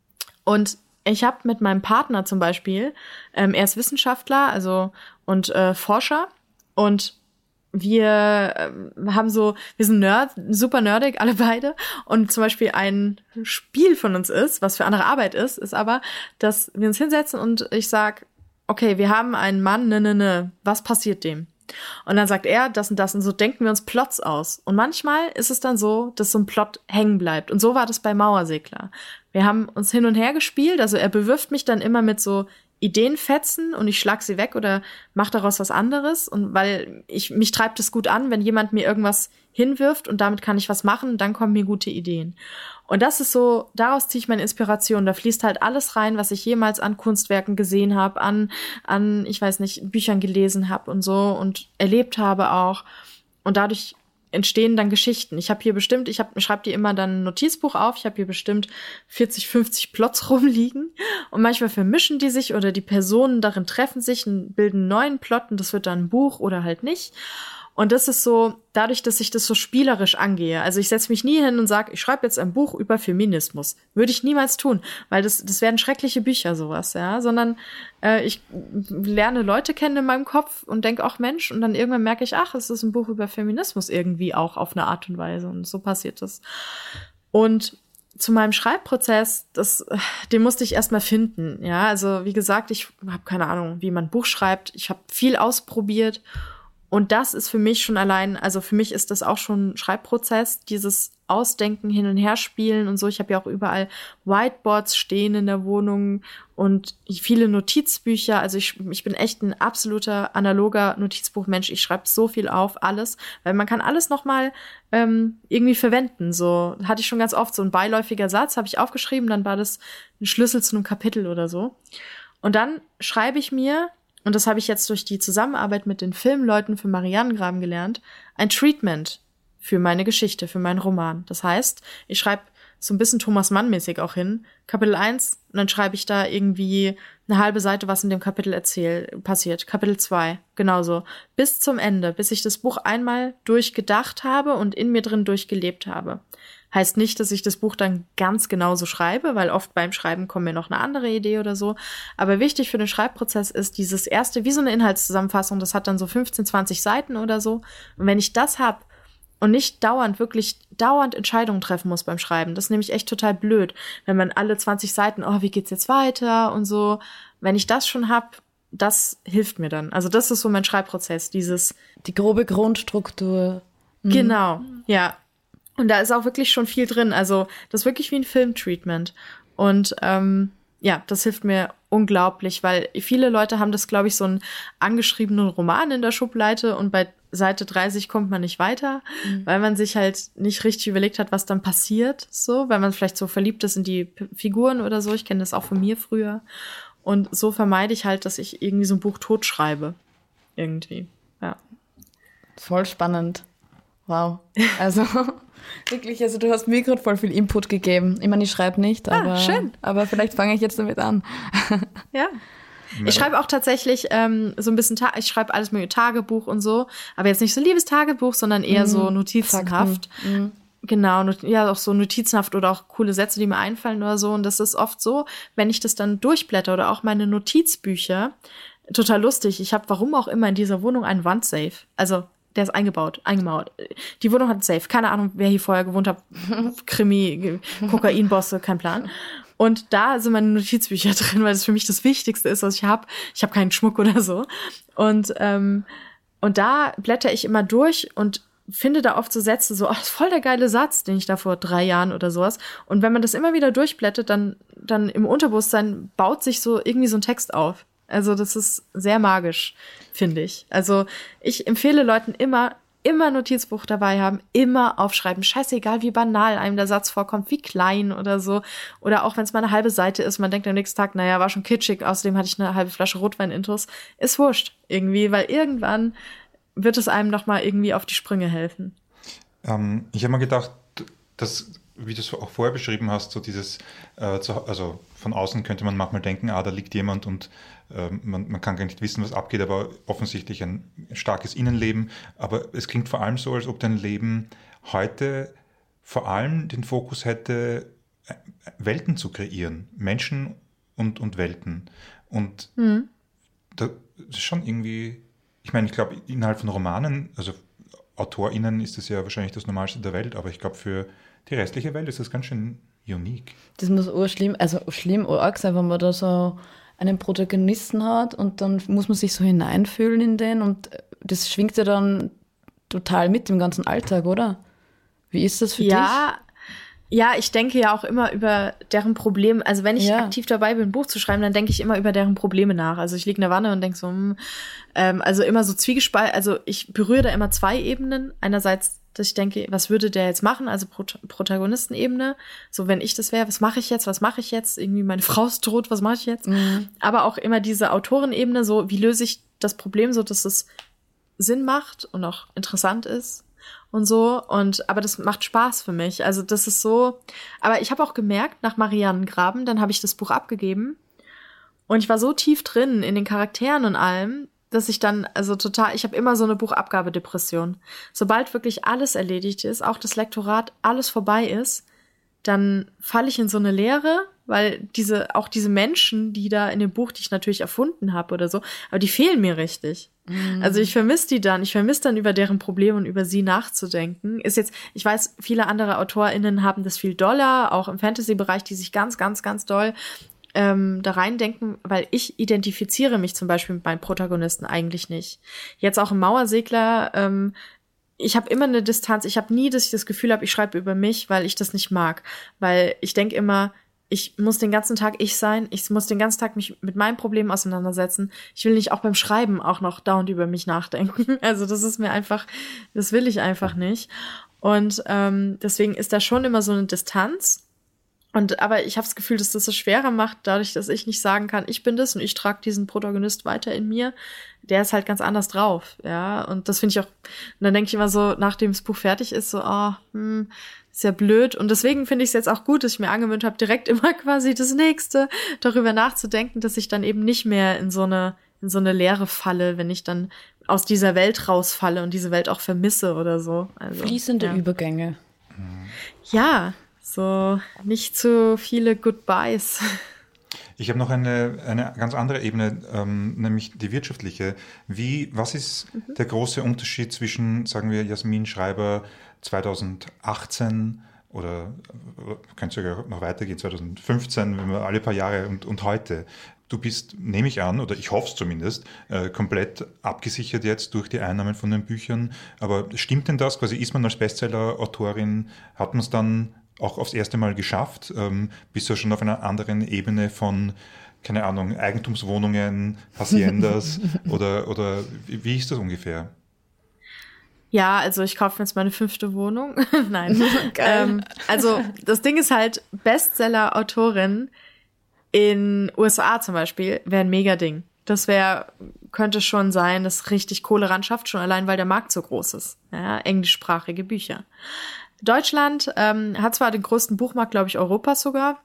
B: Und ich habe mit meinem Partner zum Beispiel, ähm, er ist Wissenschaftler, also und äh, Forscher und wir äh, haben so, wir sind Nerd, super nerdig, alle beide. Und zum Beispiel ein Spiel von uns ist, was für andere Arbeit ist, ist aber, dass wir uns hinsetzen und ich sag, okay, wir haben einen Mann, ne, ne, ne, was passiert dem? Und dann sagt er das und das und so denken wir uns Plots aus. Und manchmal ist es dann so, dass so ein Plot hängen bleibt. Und so war das bei Mauersegler. Wir haben uns hin und her gespielt, also er bewirft mich dann immer mit so Ideenfetzen und ich schlag sie weg oder mach daraus was anderes. Und weil ich, mich treibt es gut an, wenn jemand mir irgendwas hinwirft und damit kann ich was machen, dann kommen mir gute Ideen. Und das ist so, daraus ziehe ich meine Inspiration. Da fließt halt alles rein, was ich jemals an Kunstwerken gesehen habe, an, an, ich weiß nicht, Büchern gelesen habe und so und erlebt habe auch. Und dadurch entstehen dann Geschichten. Ich habe hier bestimmt, ich hab, schreibe dir immer dann ein Notizbuch auf, ich habe hier bestimmt vierzig, fünfzig Plots rumliegen und manchmal vermischen die sich oder die Personen darin treffen sich und bilden einen neuen Plot und das wird dann ein Buch oder halt nicht. Und das ist so, dadurch, dass ich das so spielerisch angehe. Also ich setze mich nie hin und sage, ich schreibe jetzt ein Buch über Feminismus. Würde ich niemals tun, weil das das werden schreckliche Bücher, sowas, ja. Sondern äh, ich lerne Leute kennen in meinem Kopf und denke, ach Mensch, und dann irgendwann merke ich, ach, es ist ein Buch über Feminismus irgendwie auch auf eine Art und Weise. Und so passiert das. Und zu meinem Schreibprozess, das, den musste ich erstmal finden, ja. Also wie gesagt, ich habe keine Ahnung, wie man ein Buch schreibt. Ich habe viel ausprobiert. Und das ist für mich schon allein, also für mich ist das auch schon ein Schreibprozess, dieses Ausdenken, hin und her spielen und so. Ich habe ja auch überall Whiteboards stehen in der Wohnung und viele Notizbücher. Also ich, ich bin echt ein absoluter analoger Notizbuchmensch. Ich schreibe so viel auf, alles, weil man kann alles nochmal ähm, irgendwie verwenden. So hatte ich schon ganz oft so ein beiläufiger Satz, habe ich aufgeschrieben, dann war das ein Schlüssel zu einem Kapitel oder so. Und dann schreibe ich mir, und das habe ich jetzt durch die Zusammenarbeit mit den Filmleuten für Mariannengraben gelernt, ein Treatment für meine Geschichte, für meinen Roman. Das heißt, ich schreibe so ein bisschen Thomas Mann-mäßig auch hin. Kapitel eins, und dann schreibe ich da irgendwie eine halbe Seite, was in dem Kapitel erzähl, passiert. Kapitel zwei, genauso. Bis zum Ende, bis ich das Buch einmal durchgedacht habe und in mir drin durchgelebt habe. Heißt nicht, dass ich das Buch dann ganz genauso schreibe, weil oft beim Schreiben kommt mir noch eine andere Idee oder so. Aber wichtig für den Schreibprozess ist dieses erste, wie so eine Inhaltszusammenfassung, das hat dann so fünfzehn, zwanzig Seiten oder so. Und wenn ich das habe, und nicht dauernd, wirklich dauernd Entscheidungen treffen muss beim Schreiben. Das ist nämlich echt total blöd, wenn man alle zwanzig Seiten, oh, wie geht's jetzt weiter und so. Wenn ich das schon hab, das hilft mir dann. Also das ist so mein Schreibprozess, dieses...
E: Die grobe Grundstruktur.
B: Mhm. Genau, ja. Und da ist auch wirklich schon viel drin. Also das ist wirklich wie ein Filmtreatment. Und ähm, ja, das hilft mir unglaublich, weil viele Leute haben das, glaube ich, so einen angeschriebenen Roman in der Schublade und bei Seite dreißig kommt man nicht weiter, mhm. weil man sich halt nicht richtig überlegt hat, was dann passiert, so, weil man vielleicht so verliebt ist in die P- Figuren oder so. Ich kenne das auch von mir früher. Und so vermeide ich halt, dass ich irgendwie so ein Buch totschreibe. Irgendwie, ja.
E: Voll spannend. Wow. Also wirklich, also du hast mir gerade voll viel Input gegeben. Ich meine, ich schreibe nicht, aber,
B: ah, schön.
E: aber vielleicht fange ich jetzt damit an.
B: Ja. Ich schreibe auch tatsächlich ähm, so ein bisschen, Ta- ich schreibe alles mögliche Tagebuch und so, aber jetzt nicht so Liebestagebuch, sondern eher mm, so notizenhaft. Mm. Genau, not- ja, auch so notizenhaft oder auch coole Sätze, die mir einfallen oder so. Und das ist oft so, wenn ich das dann durchblätter oder auch meine Notizbücher, total lustig. Ich habe, warum auch immer, in dieser Wohnung einen Wandsafe. Also der ist eingebaut, eingemauert. Die Wohnung hat einen Safe. Keine Ahnung, wer hier vorher gewohnt hat. Krimi, Kokainbosse, kein Plan. Und da sind meine Notizbücher drin, weil das für mich das Wichtigste ist, was ich habe. Ich habe keinen Schmuck oder so. Und ähm, und da blätter ich immer durch und finde da oft so Sätze, so, ach, das ist voll der geile Satz, den ich da vor drei Jahren oder sowas. Und wenn man das immer wieder durchblättert, dann dann im Unterbewusstsein baut sich so irgendwie so ein Text auf. Also das ist sehr magisch, finde ich. Also ich empfehle Leuten immer, immer Notizbuch dabei haben, immer aufschreiben. Scheißegal, wie banal einem der Satz vorkommt, wie klein oder so. Oder auch wenn es mal eine halbe Seite ist, man denkt am nächsten Tag, naja, war schon kitschig, außerdem hatte ich eine halbe Flasche Rotwein intus. Ist wurscht irgendwie, weil irgendwann wird es einem noch mal irgendwie auf die Sprünge helfen.
C: Ähm, ich habe mir gedacht, dass, wie du es auch vorher beschrieben hast, so dieses, äh, zu, also von außen könnte man manchmal denken, ah, da liegt jemand und äh, man, man kann gar nicht wissen, was abgeht, aber offensichtlich ein starkes Innenleben. Aber es klingt vor allem so, als ob dein Leben heute vor allem den Fokus hätte, Welten zu kreieren, Menschen und, und Welten. Und mhm. das ist schon irgendwie, ich meine, ich glaube, innerhalb von Romanen, also AutorInnen ist das ja wahrscheinlich das Normalste der Welt, aber ich glaube, für die restliche Welt ist das ganz schön unique.
E: Das muss urschlimm, also schlimm, arg sein, wenn man da so einen Protagonisten hat und dann muss man sich so hineinfühlen in den und das schwingt ja dann total mit im ganzen Alltag, oder? Wie ist das für
B: ja,
E: dich?
B: Ja, ja, ich denke ja auch immer über deren Probleme. Also wenn ich ja. aktiv dabei bin, ein Buch zu schreiben, dann denke ich immer über deren Probleme nach. Also ich liege in der Wanne und denke so, hm, ähm, also immer so zwiegespalten. Also ich berühre da immer zwei Ebenen. Einerseits, dass ich denke, was würde der jetzt machen? Also Prot- Protagonistenebene. So, wenn ich das wäre, was mache ich jetzt? Was mache ich jetzt? Irgendwie meine Frau ist tot, was mache ich jetzt? Mhm. Aber auch immer diese Autorenebene, so wie löse ich das Problem, so dass es Sinn macht und auch interessant ist. Und so, und aber das macht Spaß für mich. Also das ist so, aber ich habe auch gemerkt, nach Marianengraben, dann habe ich das Buch abgegeben und ich war so tief drin in den Charakteren und allem, dass ich dann, also total, ich habe immer so eine Buchabgabedepression. Sobald wirklich alles erledigt ist, auch das Lektorat, alles vorbei ist, dann falle ich in so eine Leere, weil diese, auch diese Menschen, die da in dem Buch, die ich natürlich erfunden habe oder so, aber die fehlen mir richtig. Mhm. Also ich vermisse die dann, ich vermisse dann über deren Probleme und über sie nachzudenken. Ist jetzt, ich weiß, viele andere AutorInnen haben das viel doller, auch im Fantasy-Bereich, die sich ganz, ganz, ganz doll ähm, da reindenken, weil ich identifiziere mich zum Beispiel mit meinen Protagonisten eigentlich nicht. Jetzt auch im Mauersegler, ähm, ich habe immer eine Distanz, ich habe nie, dass ich das Gefühl habe, ich schreibe über mich, weil ich das nicht mag. Weil ich denke immer, ich muss den ganzen Tag ich sein, ich muss den ganzen Tag mich mit meinen Problemen auseinandersetzen. Ich will nicht auch beim Schreiben auch noch dauernd über mich nachdenken. Also das ist mir einfach, das will ich einfach nicht. Und ähm, deswegen ist da schon immer so eine Distanz. Und aber ich habe das Gefühl, dass das es schwerer macht, dadurch, dass ich nicht sagen kann, ich bin das und ich trage diesen Protagonist weiter in mir. Der ist halt ganz anders drauf, ja. Und das finde ich auch, und dann denke ich immer so, nachdem das Buch fertig ist, so, oh, hm, ist ja blöd. Und deswegen finde ich es jetzt auch gut, dass ich mir angewöhnt habe, direkt immer quasi das Nächste darüber nachzudenken, dass ich dann eben nicht mehr in so eine, in so eine Leere falle, wenn ich dann aus dieser Welt rausfalle und diese Welt auch vermisse oder so. Also,
E: Fließende
B: ja.
E: Übergänge.
B: Ja, so nicht zu viele Goodbyes.
C: Ich habe noch eine, eine ganz andere Ebene, ähm, nämlich die wirtschaftliche. Wie, was ist mhm. der große Unterschied zwischen, sagen wir, Jasmin Schreiber zweitausendachtzehn oder könnte sogar noch weitergehen, zweitausendfünfzehn, wenn wir alle paar Jahre und, und heute? Du bist, nehme ich an, oder ich hoffe es zumindest, äh, komplett abgesichert jetzt durch die Einnahmen von den Büchern. Aber stimmt denn das? Quasi ist man als Bestseller-Autorin, hat man es dann auch aufs erste Mal geschafft? Ähm, bist du schon auf einer anderen Ebene von, keine Ahnung, Eigentumswohnungen, Haciendas oder, oder wie, wie ist das ungefähr?
B: Ja, also ich kaufe jetzt meine fünfte Wohnung. Nein. ähm, also das Ding ist halt, Bestseller-Autorin in U S A zum Beispiel wäre ein Mega-Ding. Das wäre, könnte schon sein, dass richtig Kohle ran schafft, schon allein, weil der Markt so groß ist. Ja, englischsprachige Bücher. Deutschland ähm, hat zwar den größten Buchmarkt, glaube ich, Europas sogar.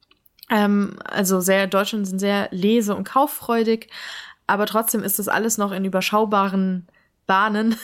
B: Ähm, also sehr, Deutschland sind sehr lese- und kauffreudig, aber trotzdem ist das alles noch in überschaubaren Bahnen.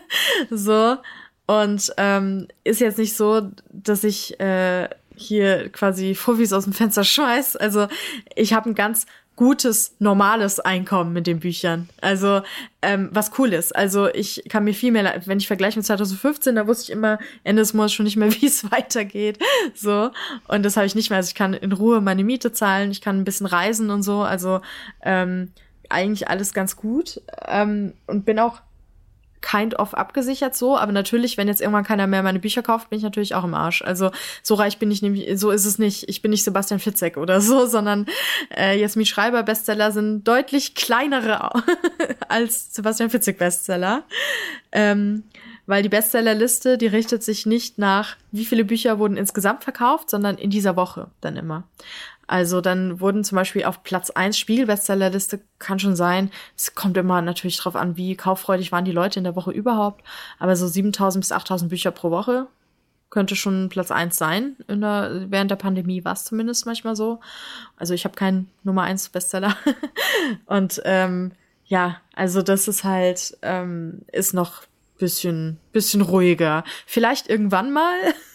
B: So. Und ähm, ist jetzt nicht so, dass ich äh, hier quasi Fuffis aus dem Fenster schmeiß. Also ich habe ein ganz gutes, normales Einkommen mit den Büchern. Also ähm, was cool ist. Also ich kann mir viel mehr, wenn ich vergleiche mit zweitausendfünfzehn, da wusste ich immer Ende des Monats schon nicht mehr, wie es weitergeht. So. Und das habe ich nicht mehr. Also ich kann in Ruhe meine Miete zahlen, ich kann ein bisschen reisen und so. Also ähm, eigentlich alles ganz gut. Ähm, und bin auch kind of abgesichert so, aber natürlich, wenn jetzt irgendwann keiner mehr meine Bücher kauft, bin ich natürlich auch im Arsch. Also so reich bin ich nämlich, so ist es nicht. Ich bin nicht Sebastian Fitzek oder so, sondern äh, Jasmin Schreiber Bestseller sind deutlich kleinere als Sebastian Fitzek Bestseller. Ähm, weil die Bestsellerliste, die richtet sich nicht nach, wie viele Bücher wurden insgesamt verkauft, sondern in dieser Woche dann immer. Also dann wurden zum Beispiel auf Platz eins Spiegel-Bestsellerliste, kann schon sein, es kommt immer natürlich drauf an, wie kauffreudig waren die Leute in der Woche überhaupt, aber so siebentausend bis achttausend Bücher pro Woche könnte schon Platz eins sein. In der, während der Pandemie war es zumindest manchmal so. Also ich habe keinen Nummer eins Bestseller. Und ähm, ja, also das ist halt, ähm, ist noch bisschen, bisschen ruhiger. Vielleicht irgendwann mal.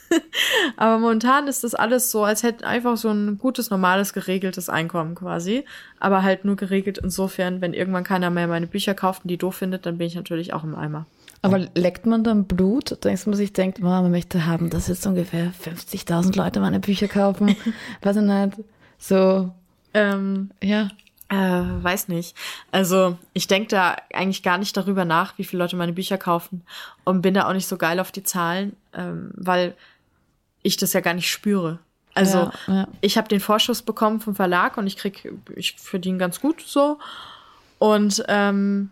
B: Aber momentan ist das alles so, als hätte einfach so ein gutes, normales, geregeltes Einkommen quasi. Aber halt nur geregelt insofern, wenn irgendwann keiner mehr meine Bücher kauft und die doof findet, dann bin ich natürlich auch im Eimer.
E: Aber leckt man dann Blut, dass man sich denkt, man möchte haben, dass jetzt ungefähr fünfzigtausend Leute meine Bücher kaufen? Weiß ich nicht. So,
B: ähm,
E: ja.
B: Äh, weiß nicht. Also ich denke da eigentlich gar nicht darüber nach, wie viele Leute meine Bücher kaufen und bin da auch nicht so geil auf die Zahlen, ähm, weil ich das ja gar nicht spüre. Also
E: ja, ja.
B: Ich habe den Vorschuss bekommen vom Verlag und ich krieg, ich verdiene ganz gut so. Und ähm,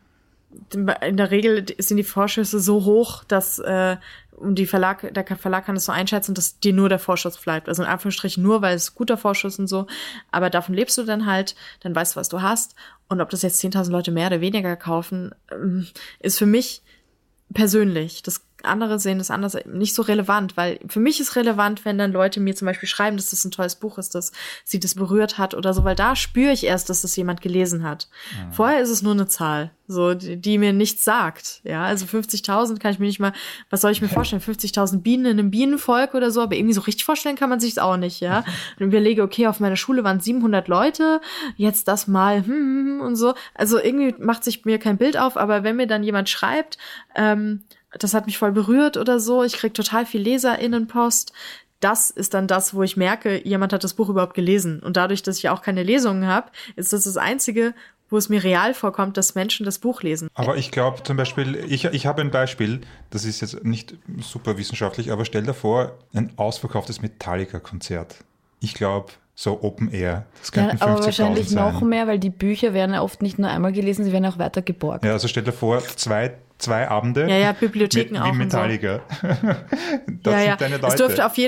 B: in der Regel sind die Vorschüsse so hoch, dass äh, die Verlag, der Verlag kann es so einschätzen, dass dir nur der Vorschuss bleibt. Also in Anführungsstrichen nur, weil es guter Vorschuss und so. Aber davon lebst du dann halt, dann weißt du, was du hast. Und ob das jetzt zehntausend Leute mehr oder weniger kaufen, ist für mich persönlich, das andere sehen das anders, nicht so relevant, weil für mich ist relevant, wenn dann Leute mir zum Beispiel schreiben, dass das ein tolles Buch ist, dass sie das berührt hat oder so, weil da spüre ich erst, dass das jemand gelesen hat. Mhm. Vorher ist es nur eine Zahl, so, die, die mir nichts sagt, ja, also fünfzigtausend kann ich mir nicht mal, was soll ich mir vorstellen, fünfzigtausend Bienen in einem Bienenvolk oder so, aber irgendwie so richtig vorstellen kann man sich's auch nicht, ja, und überlege, okay, auf meiner Schule waren siebenhundert Leute, jetzt das mal, hm, und so, also irgendwie macht sich mir kein Bild auf, aber wenn mir dann jemand schreibt, ähm, das hat mich voll berührt oder so, ich krieg total viel LeserInnenpost. Das ist dann das, wo ich merke, jemand hat das Buch überhaupt gelesen. Und dadurch, dass ich auch keine Lesungen habe, ist das das Einzige, wo es mir real vorkommt, dass Menschen das Buch lesen.
C: Aber ich glaube zum Beispiel, ich, ich habe ein Beispiel, das ist jetzt nicht super wissenschaftlich, aber stell dir vor, ein ausverkauftes Metallica-Konzert. Ich glaube, so Open Air. Das könnten
E: ja, aber
C: fünfzigtausend
E: wahrscheinlich
C: sein.
E: Noch mehr, weil die Bücher werden ja oft nicht nur einmal gelesen, sie werden auch weiter geborgt.
C: Ja, also stell dir vor, zwei Zwei Abende.
B: Ja, ja, Bibliotheken
C: mit,
B: auch.
C: Wie Metallica.
B: Und so.
C: Das
B: ja,
C: sind
B: ja.
C: deine Leute.
B: Es dürfte auf jeden Fall,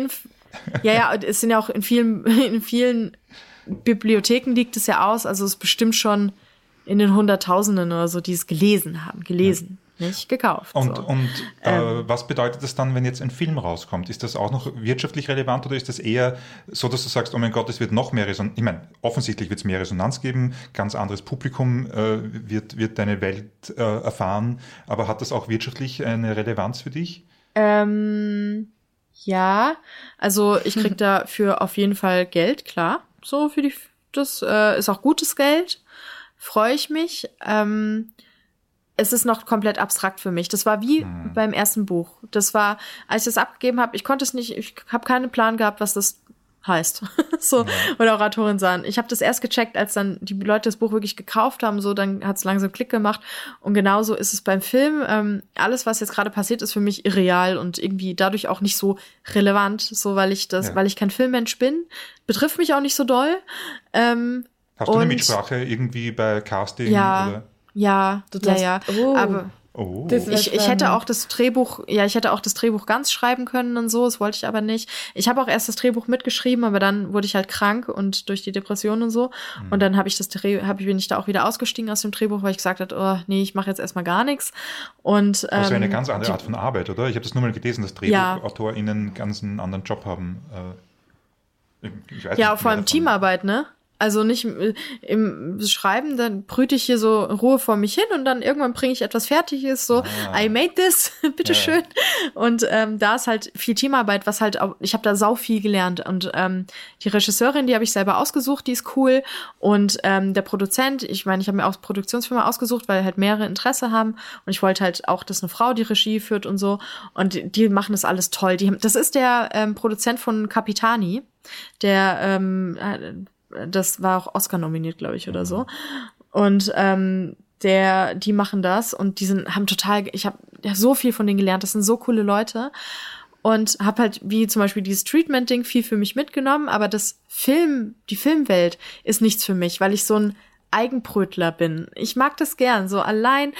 B: Ja, ja, es sind ja auch in vielen, in vielen Bibliotheken liegt es ja aus, also es ist bestimmt schon in den Hunderttausenden oder so, die es gelesen haben, gelesen, ja. Nicht gekauft.
C: Und,
B: so.
C: und äh,
B: ähm,
C: was bedeutet das dann, wenn jetzt ein Film rauskommt? Ist das auch noch wirtschaftlich relevant oder ist das eher so, dass du sagst, oh mein Gott, es wird noch mehr Resonanz, ich meine, offensichtlich wird es mehr Resonanz geben, ganz anderes Publikum äh, wird, wird deine Welt äh, erfahren, aber hat das auch wirtschaftlich eine Relevanz für dich?
B: Ähm, ja, also ich krieg dafür auf jeden Fall Geld, klar, so für die, das äh, ist auch gutes Geld. Freue ich mich. Ähm, es ist noch komplett abstrakt für mich. Das war wie mhm. beim ersten Buch. Das war, als ich das abgegeben habe, ich konnte es nicht, ich habe keinen Plan gehabt, was das heißt. so, ja. Oder auch Autorin sahen. Ich habe das erst gecheckt, als dann die Leute das Buch wirklich gekauft haben, so, dann hat es langsam Klick gemacht. Und genauso ist es beim Film. Ähm, alles, was jetzt gerade passiert, ist für mich irreal und irgendwie dadurch auch nicht so relevant, so, weil ich das, ja. weil ich kein Filmmensch bin. Betrifft mich auch nicht so doll. Ähm,
C: Hast du eine Mitsprache irgendwie bei Casting?
B: Ja,
C: oder?
B: ja,
E: du
B: ja,
E: hast,
B: ja.
E: Oh.
B: Aber
C: oh.
B: ich, ich hätte auch das Drehbuch, ja, ich hätte auch das Drehbuch ganz schreiben können und so, das wollte ich aber nicht. Ich habe auch erst das Drehbuch mitgeschrieben, aber dann wurde ich halt krank und durch die Depression und so. Mhm. Und dann habe ich das Dreh, habe ich bin ich da auch wieder ausgestiegen aus dem Drehbuch, weil ich gesagt habe, oh nee, ich mache jetzt erstmal gar nichts. Und ähm,
C: das ist ja eine ganz andere Art von Arbeit, oder? Ich habe das nur mal gelesen, dass DrehbuchautorInnen ja. ganz einen anderen Job haben. Äh, ich weiß
B: ja,
C: nicht
B: vor allem Teamarbeit, ne? Also nicht im Schreiben, dann brüte ich hier so in Ruhe vor mich hin und dann irgendwann bringe ich etwas Fertiges, so, ah. I made this, bitteschön. Ja. Und ähm, da ist halt viel Teamarbeit, was halt auch, ich habe da sau viel gelernt. Und ähm, die Regisseurin, die habe ich selber ausgesucht, die ist cool. Und ähm, der Produzent, ich meine, ich habe mir auch Produktionsfirma ausgesucht, weil halt mehrere Interesse haben. Und ich wollte halt auch, dass eine Frau die Regie führt und so. Und die, die machen das alles toll. Die, das ist der ähm, Produzent von Capitani, der ähm, das war auch Oscar nominiert, glaube ich, oder so. Und ähm, der, die machen das und die sind, haben total, ich habe ja so viel von denen gelernt. Das sind so coole Leute und habe halt wie zum Beispiel dieses Treatment-Ding viel für mich mitgenommen. Aber das Film, die Filmwelt ist nichts für mich, weil ich so ein Eigenbrötler bin. Ich mag das gern, so allein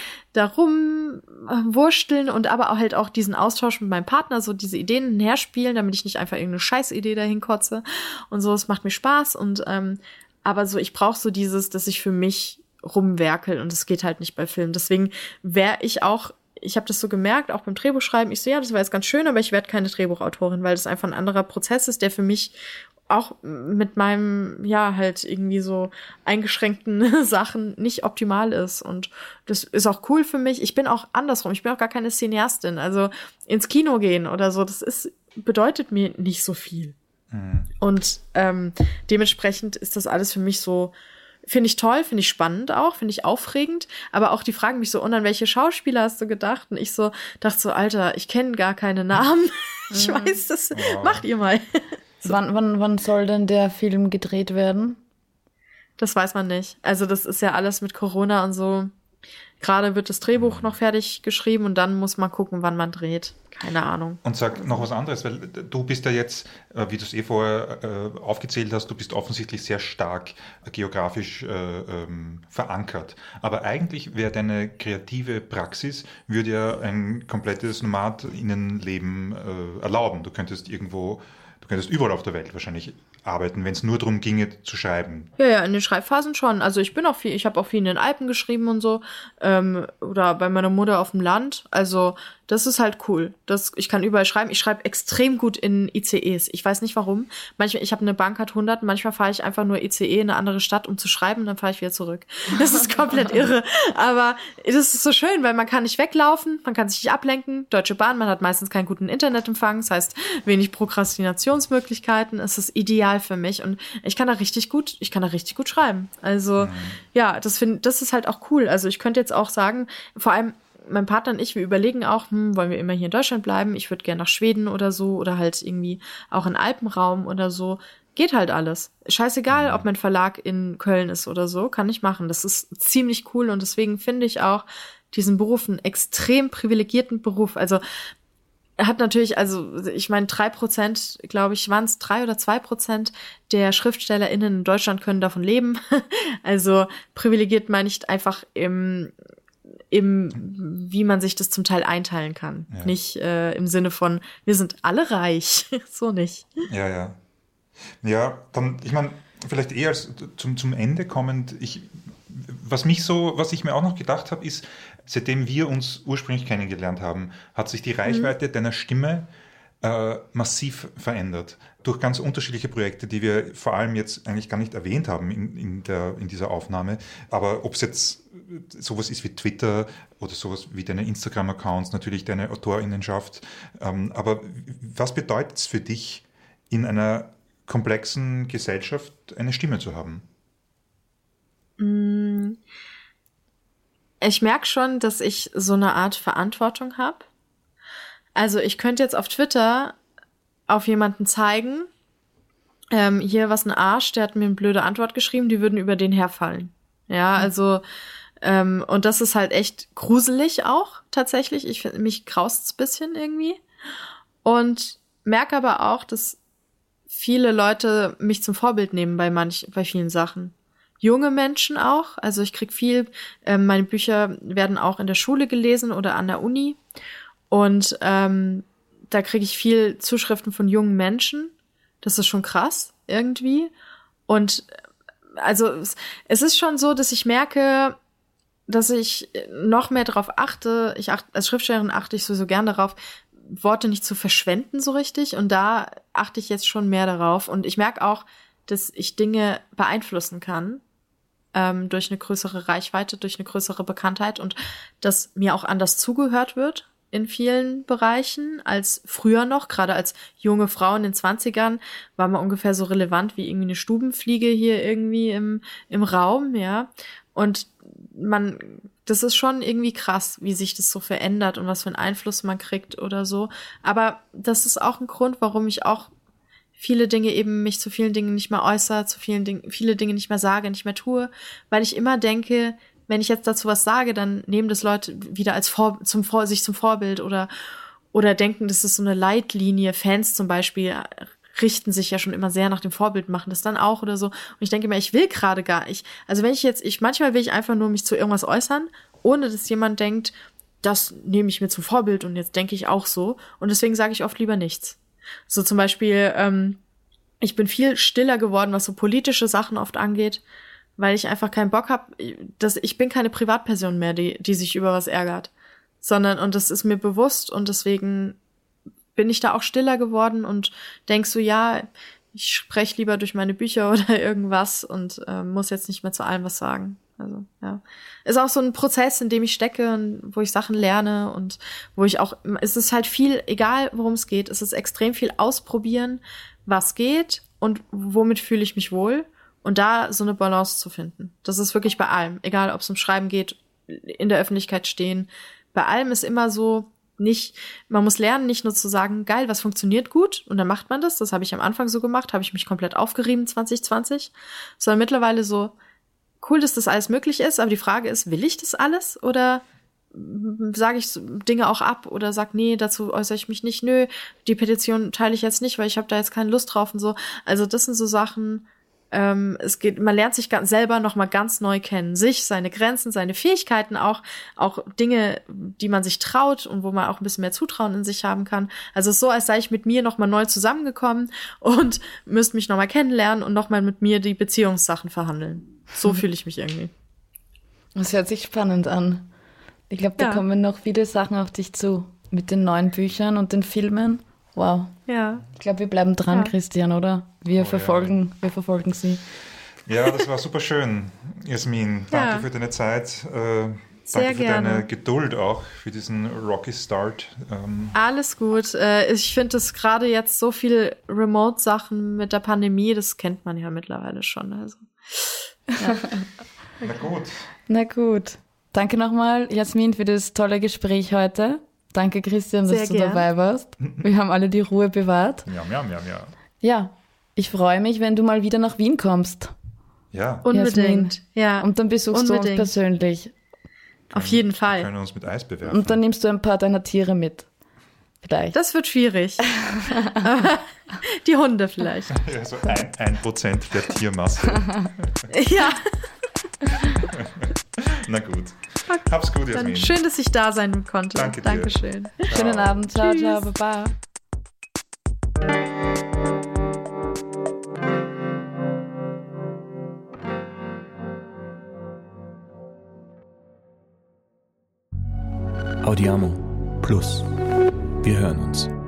B: darum wursteln und aber auch halt auch diesen Austausch mit meinem Partner, so diese Ideen herspielen, damit ich nicht einfach irgendeine Scheißidee dahin kotze und so. Es macht mir Spaß und ähm, aber so, ich brauche so dieses, dass ich für mich rumwerkel und es geht halt nicht bei Filmen. Deswegen wäre ich auch, ich habe das so gemerkt, auch beim Drehbuchschreiben, ich so, ja, das war jetzt ganz schön, aber ich werde keine Drehbuchautorin, weil das einfach ein anderer Prozess ist, der für mich auch mit meinem, ja, halt irgendwie so eingeschränkten Sachen nicht optimal ist. Und das ist auch cool für mich. Ich bin auch andersrum. Ich bin auch gar keine Cineastin. Also ins Kino gehen oder so, das ist, bedeutet mir nicht so viel. Mhm. Und ähm, dementsprechend ist das alles für mich so, finde ich toll, finde ich spannend auch, finde ich aufregend. Aber auch die fragen mich so, und an welche Schauspieler hast du gedacht? Und ich so, dachte so, Alter, ich kenne gar keine Namen. ich mhm. weiß, das wow. macht ihr mal.
E: So. Wann, wann, wann soll denn der Film gedreht werden?
B: Das weiß man nicht. Also das ist ja alles mit Corona und so. Gerade wird das Drehbuch noch fertig geschrieben und dann muss man gucken, wann man dreht. Keine Ahnung.
C: Und sag noch was anderes, weil du bist ja jetzt, wie du es eh vorher äh, aufgezählt hast, du bist offensichtlich sehr stark geografisch äh, ähm, verankert. Aber eigentlich wäre deine kreative Praxis, würde ja ein komplettes Nomadinnenleben äh, erlauben. Du könntest irgendwo Du könntest überall auf der Welt wahrscheinlich arbeiten, wenn es nur darum ginge, zu schreiben.
B: Ja, ja, in den Schreibphasen schon. Also ich bin auch viel, ich habe auch viel in den Alpen geschrieben und so. Ähm, oder bei meiner Mutter auf dem Land. Also das ist halt cool. Das, ich kann überall schreiben. Ich schreibe extrem gut in I C Es. Ich weiß nicht warum. Manchmal, ich habe eine Bankart hundert, manchmal fahre ich einfach nur I C E in eine andere Stadt, um zu schreiben, und dann fahre ich wieder zurück. Das ist komplett irre. Aber das ist so schön, weil man kann nicht weglaufen, man kann sich nicht ablenken. Deutsche Bahn, man hat meistens keinen guten Internetempfang, das heißt wenig Prokrastinationsmöglichkeiten. Es ist ideal für mich und ich kann da richtig gut, ich kann da richtig gut schreiben. Also mhm. ja, das finde, das ist halt auch cool. Also ich könnte jetzt auch sagen, vor allem mein Partner und ich, wir überlegen auch, hm, wollen wir immer hier in Deutschland bleiben? Ich würde gerne nach Schweden oder so oder halt irgendwie auch in Alpenraum oder so. Geht halt alles. Scheißegal, ob mein Verlag in Köln ist oder so, kann ich machen. Das ist ziemlich cool und deswegen finde ich auch diesen Beruf einen extrem privilegierten Beruf. Also er hat natürlich, also ich meine, drei Prozent, glaube ich, waren es drei oder zwei Prozent der SchriftstellerInnen in Deutschland können davon leben. Also privilegiert meine ich einfach im im, wie man sich das zum Teil einteilen kann. Ja. Nicht äh, im Sinne von, wir sind alle reich. So nicht.
C: Ja, ja. Ja, dann, ich meine, vielleicht eher als zum, zum Ende kommend, ich, was mich so, was ich mir auch noch gedacht habe, ist, seitdem wir uns ursprünglich kennengelernt haben, hat sich die Reichweite mhm. deiner Stimme äh, massiv verändert. Durch ganz unterschiedliche Projekte, die wir vor allem jetzt eigentlich gar nicht erwähnt haben in, in, der, in dieser Aufnahme. Aber ob es jetzt sowas ist wie Twitter oder sowas wie deine Instagram-Accounts, natürlich deine AutorInnenschaft. Ähm, aber was bedeutet es für dich, in einer komplexen Gesellschaft eine Stimme zu haben?
B: Ich merke schon, dass ich so eine Art Verantwortung habe. Also ich könnte jetzt auf Twitter auf jemanden zeigen, ähm, hier was ein Arsch, der hat mir eine blöde Antwort geschrieben, die würden über den herfallen. Ja, also ähm, und das ist halt echt gruselig auch tatsächlich. Ich finde, mich graust's ein bisschen irgendwie. Und merke aber auch, dass viele Leute mich zum Vorbild nehmen bei manch, bei vielen Sachen. Junge Menschen auch, also ich krieg viel, äh, meine Bücher werden auch in der Schule gelesen oder an der Uni und ähm, da kriege ich viel Zuschriften von jungen Menschen. Das ist schon krass irgendwie. Und also es, es ist schon so, dass ich merke, dass ich noch mehr darauf achte. Ich achte, als Schriftstellerin achte ich sowieso gern darauf, Worte nicht zu verschwenden so richtig. Und da achte ich jetzt schon mehr darauf. Und ich merke auch, dass ich Dinge beeinflussen kann ähm, durch eine größere Reichweite, durch eine größere Bekanntheit und dass mir auch anders zugehört wird in vielen Bereichen als früher noch. Gerade als junge Frau in den zwanzigern war man ungefähr so relevant wie irgendwie eine Stubenfliege hier irgendwie im, im Raum, ja. Und man, das ist schon irgendwie krass, wie sich das so verändert und was für einen Einfluss man kriegt oder so. Aber das ist auch ein Grund, warum ich auch viele Dinge eben mich zu vielen Dingen nicht mehr äußere, zu vielen Dingen, viele Dinge nicht mehr sage, nicht mehr tue, weil ich immer denke, wenn ich jetzt dazu was sage, dann nehmen das Leute wieder als Vor, zum Vor, sich zum Vorbild oder, oder denken, das ist so eine Leitlinie. Fans zum Beispiel richten sich ja schon immer sehr nach dem Vorbild, machen das dann auch oder so. Und ich denke mir, ich will gerade gar nicht. Also wenn ich jetzt, ich, manchmal will ich einfach nur mich zu irgendwas äußern, ohne dass jemand denkt, das nehme ich mir zum Vorbild und jetzt denke ich auch so. Und deswegen sage ich oft lieber nichts. So zum Beispiel, ähm, ich bin viel stiller geworden, was so politische Sachen oft angeht, weil ich einfach keinen Bock habe, dass ich bin keine Privatperson mehr, die die sich über was ärgert, sondern und das ist mir bewusst und deswegen bin ich da auch stiller geworden und denk so, ja, ich spreche lieber durch meine Bücher oder irgendwas und äh, muss jetzt nicht mehr zu allem was sagen. Also ja, ist auch so ein Prozess, in dem ich stecke und wo ich Sachen lerne und wo ich auch, es ist halt viel, egal worum es geht, es ist extrem viel ausprobieren, was geht und womit fühle ich mich wohl. Und da so eine Balance zu finden. Das ist wirklich bei allem. Egal, ob es um Schreiben geht, in der Öffentlichkeit stehen. Bei allem ist immer so, nicht, man muss lernen, nicht nur zu sagen, geil, was funktioniert gut und dann macht man das. Das habe ich am Anfang so gemacht, habe ich mich komplett aufgerieben zwanzig zwanzig. Sondern mittlerweile so, cool, dass das alles möglich ist, aber die Frage ist, will ich das alles oder sage ich Dinge auch ab oder sag, nee, dazu äußere ich mich nicht. Nö, die Petition teile ich jetzt nicht, weil ich habe da jetzt keine Lust drauf und so. Also das sind so Sachen, Ähm, es geht, man lernt sich ganz selber noch mal ganz neu kennen, sich, seine Grenzen, seine Fähigkeiten auch, auch Dinge, die man sich traut und wo man auch ein bisschen mehr Zutrauen in sich haben kann. Also es ist so, als sei ich mit mir noch mal neu zusammengekommen und müsste mich noch mal kennenlernen und noch mal mit mir die Beziehungssachen verhandeln. So fühle ich mich irgendwie.
E: Das hört sich spannend an. Ich glaube, da ja. kommen noch viele Sachen auf dich zu mit den neuen Büchern und den Filmen. Wow.
B: Ja.
E: Ich glaube, wir bleiben dran, ja. Christian, oder? Wir
C: oh,
E: verfolgen,
C: ja.
E: wir verfolgen sie.
C: Ja, das war super schön, Jasmin. Danke ja. für deine Zeit. Äh,
B: Sehr
C: danke für
B: gerne.
C: deine Geduld auch, für diesen rocky Start. Ähm.
B: Alles gut. Äh, ich finde das gerade jetzt so viel Remote-Sachen mit der Pandemie, das kennt man ja mittlerweile schon. Also. Ja.
C: Na gut.
E: Na gut. Danke nochmal, Jasmin, für das tolle Gespräch heute. Danke, Christian, dass
B: Sehr
E: du
B: gern.
E: dabei warst. Wir haben alle die Ruhe bewahrt.
C: Ja, ja, ja, ja.
E: Ja, ich freue mich, wenn du mal wieder nach Wien kommst.
C: Ja.
B: Unbedingt.
E: Jasmin.
B: Ja.
E: Und dann besuchst
B: Unbedingt.
E: du uns persönlich.
B: Auf jeden Fall.
C: Wir können uns mit Eis bewerfen.
E: Und dann nimmst du ein paar deiner Tiere mit. Vielleicht.
B: Das wird schwierig. Die Hunde vielleicht.
C: Ja, so ein, ein Prozent der Tiermasse.
B: Ja.
C: Na gut. Hab's gut, Jasmin.
B: Dann schön, dass ich da sein konnte.
C: Danke dir.
B: Dankeschön.
E: Schönen Abend. Ciao,
B: Tschüss.
E: ciao, baba.
A: Audiamo Plus. Wir hören uns.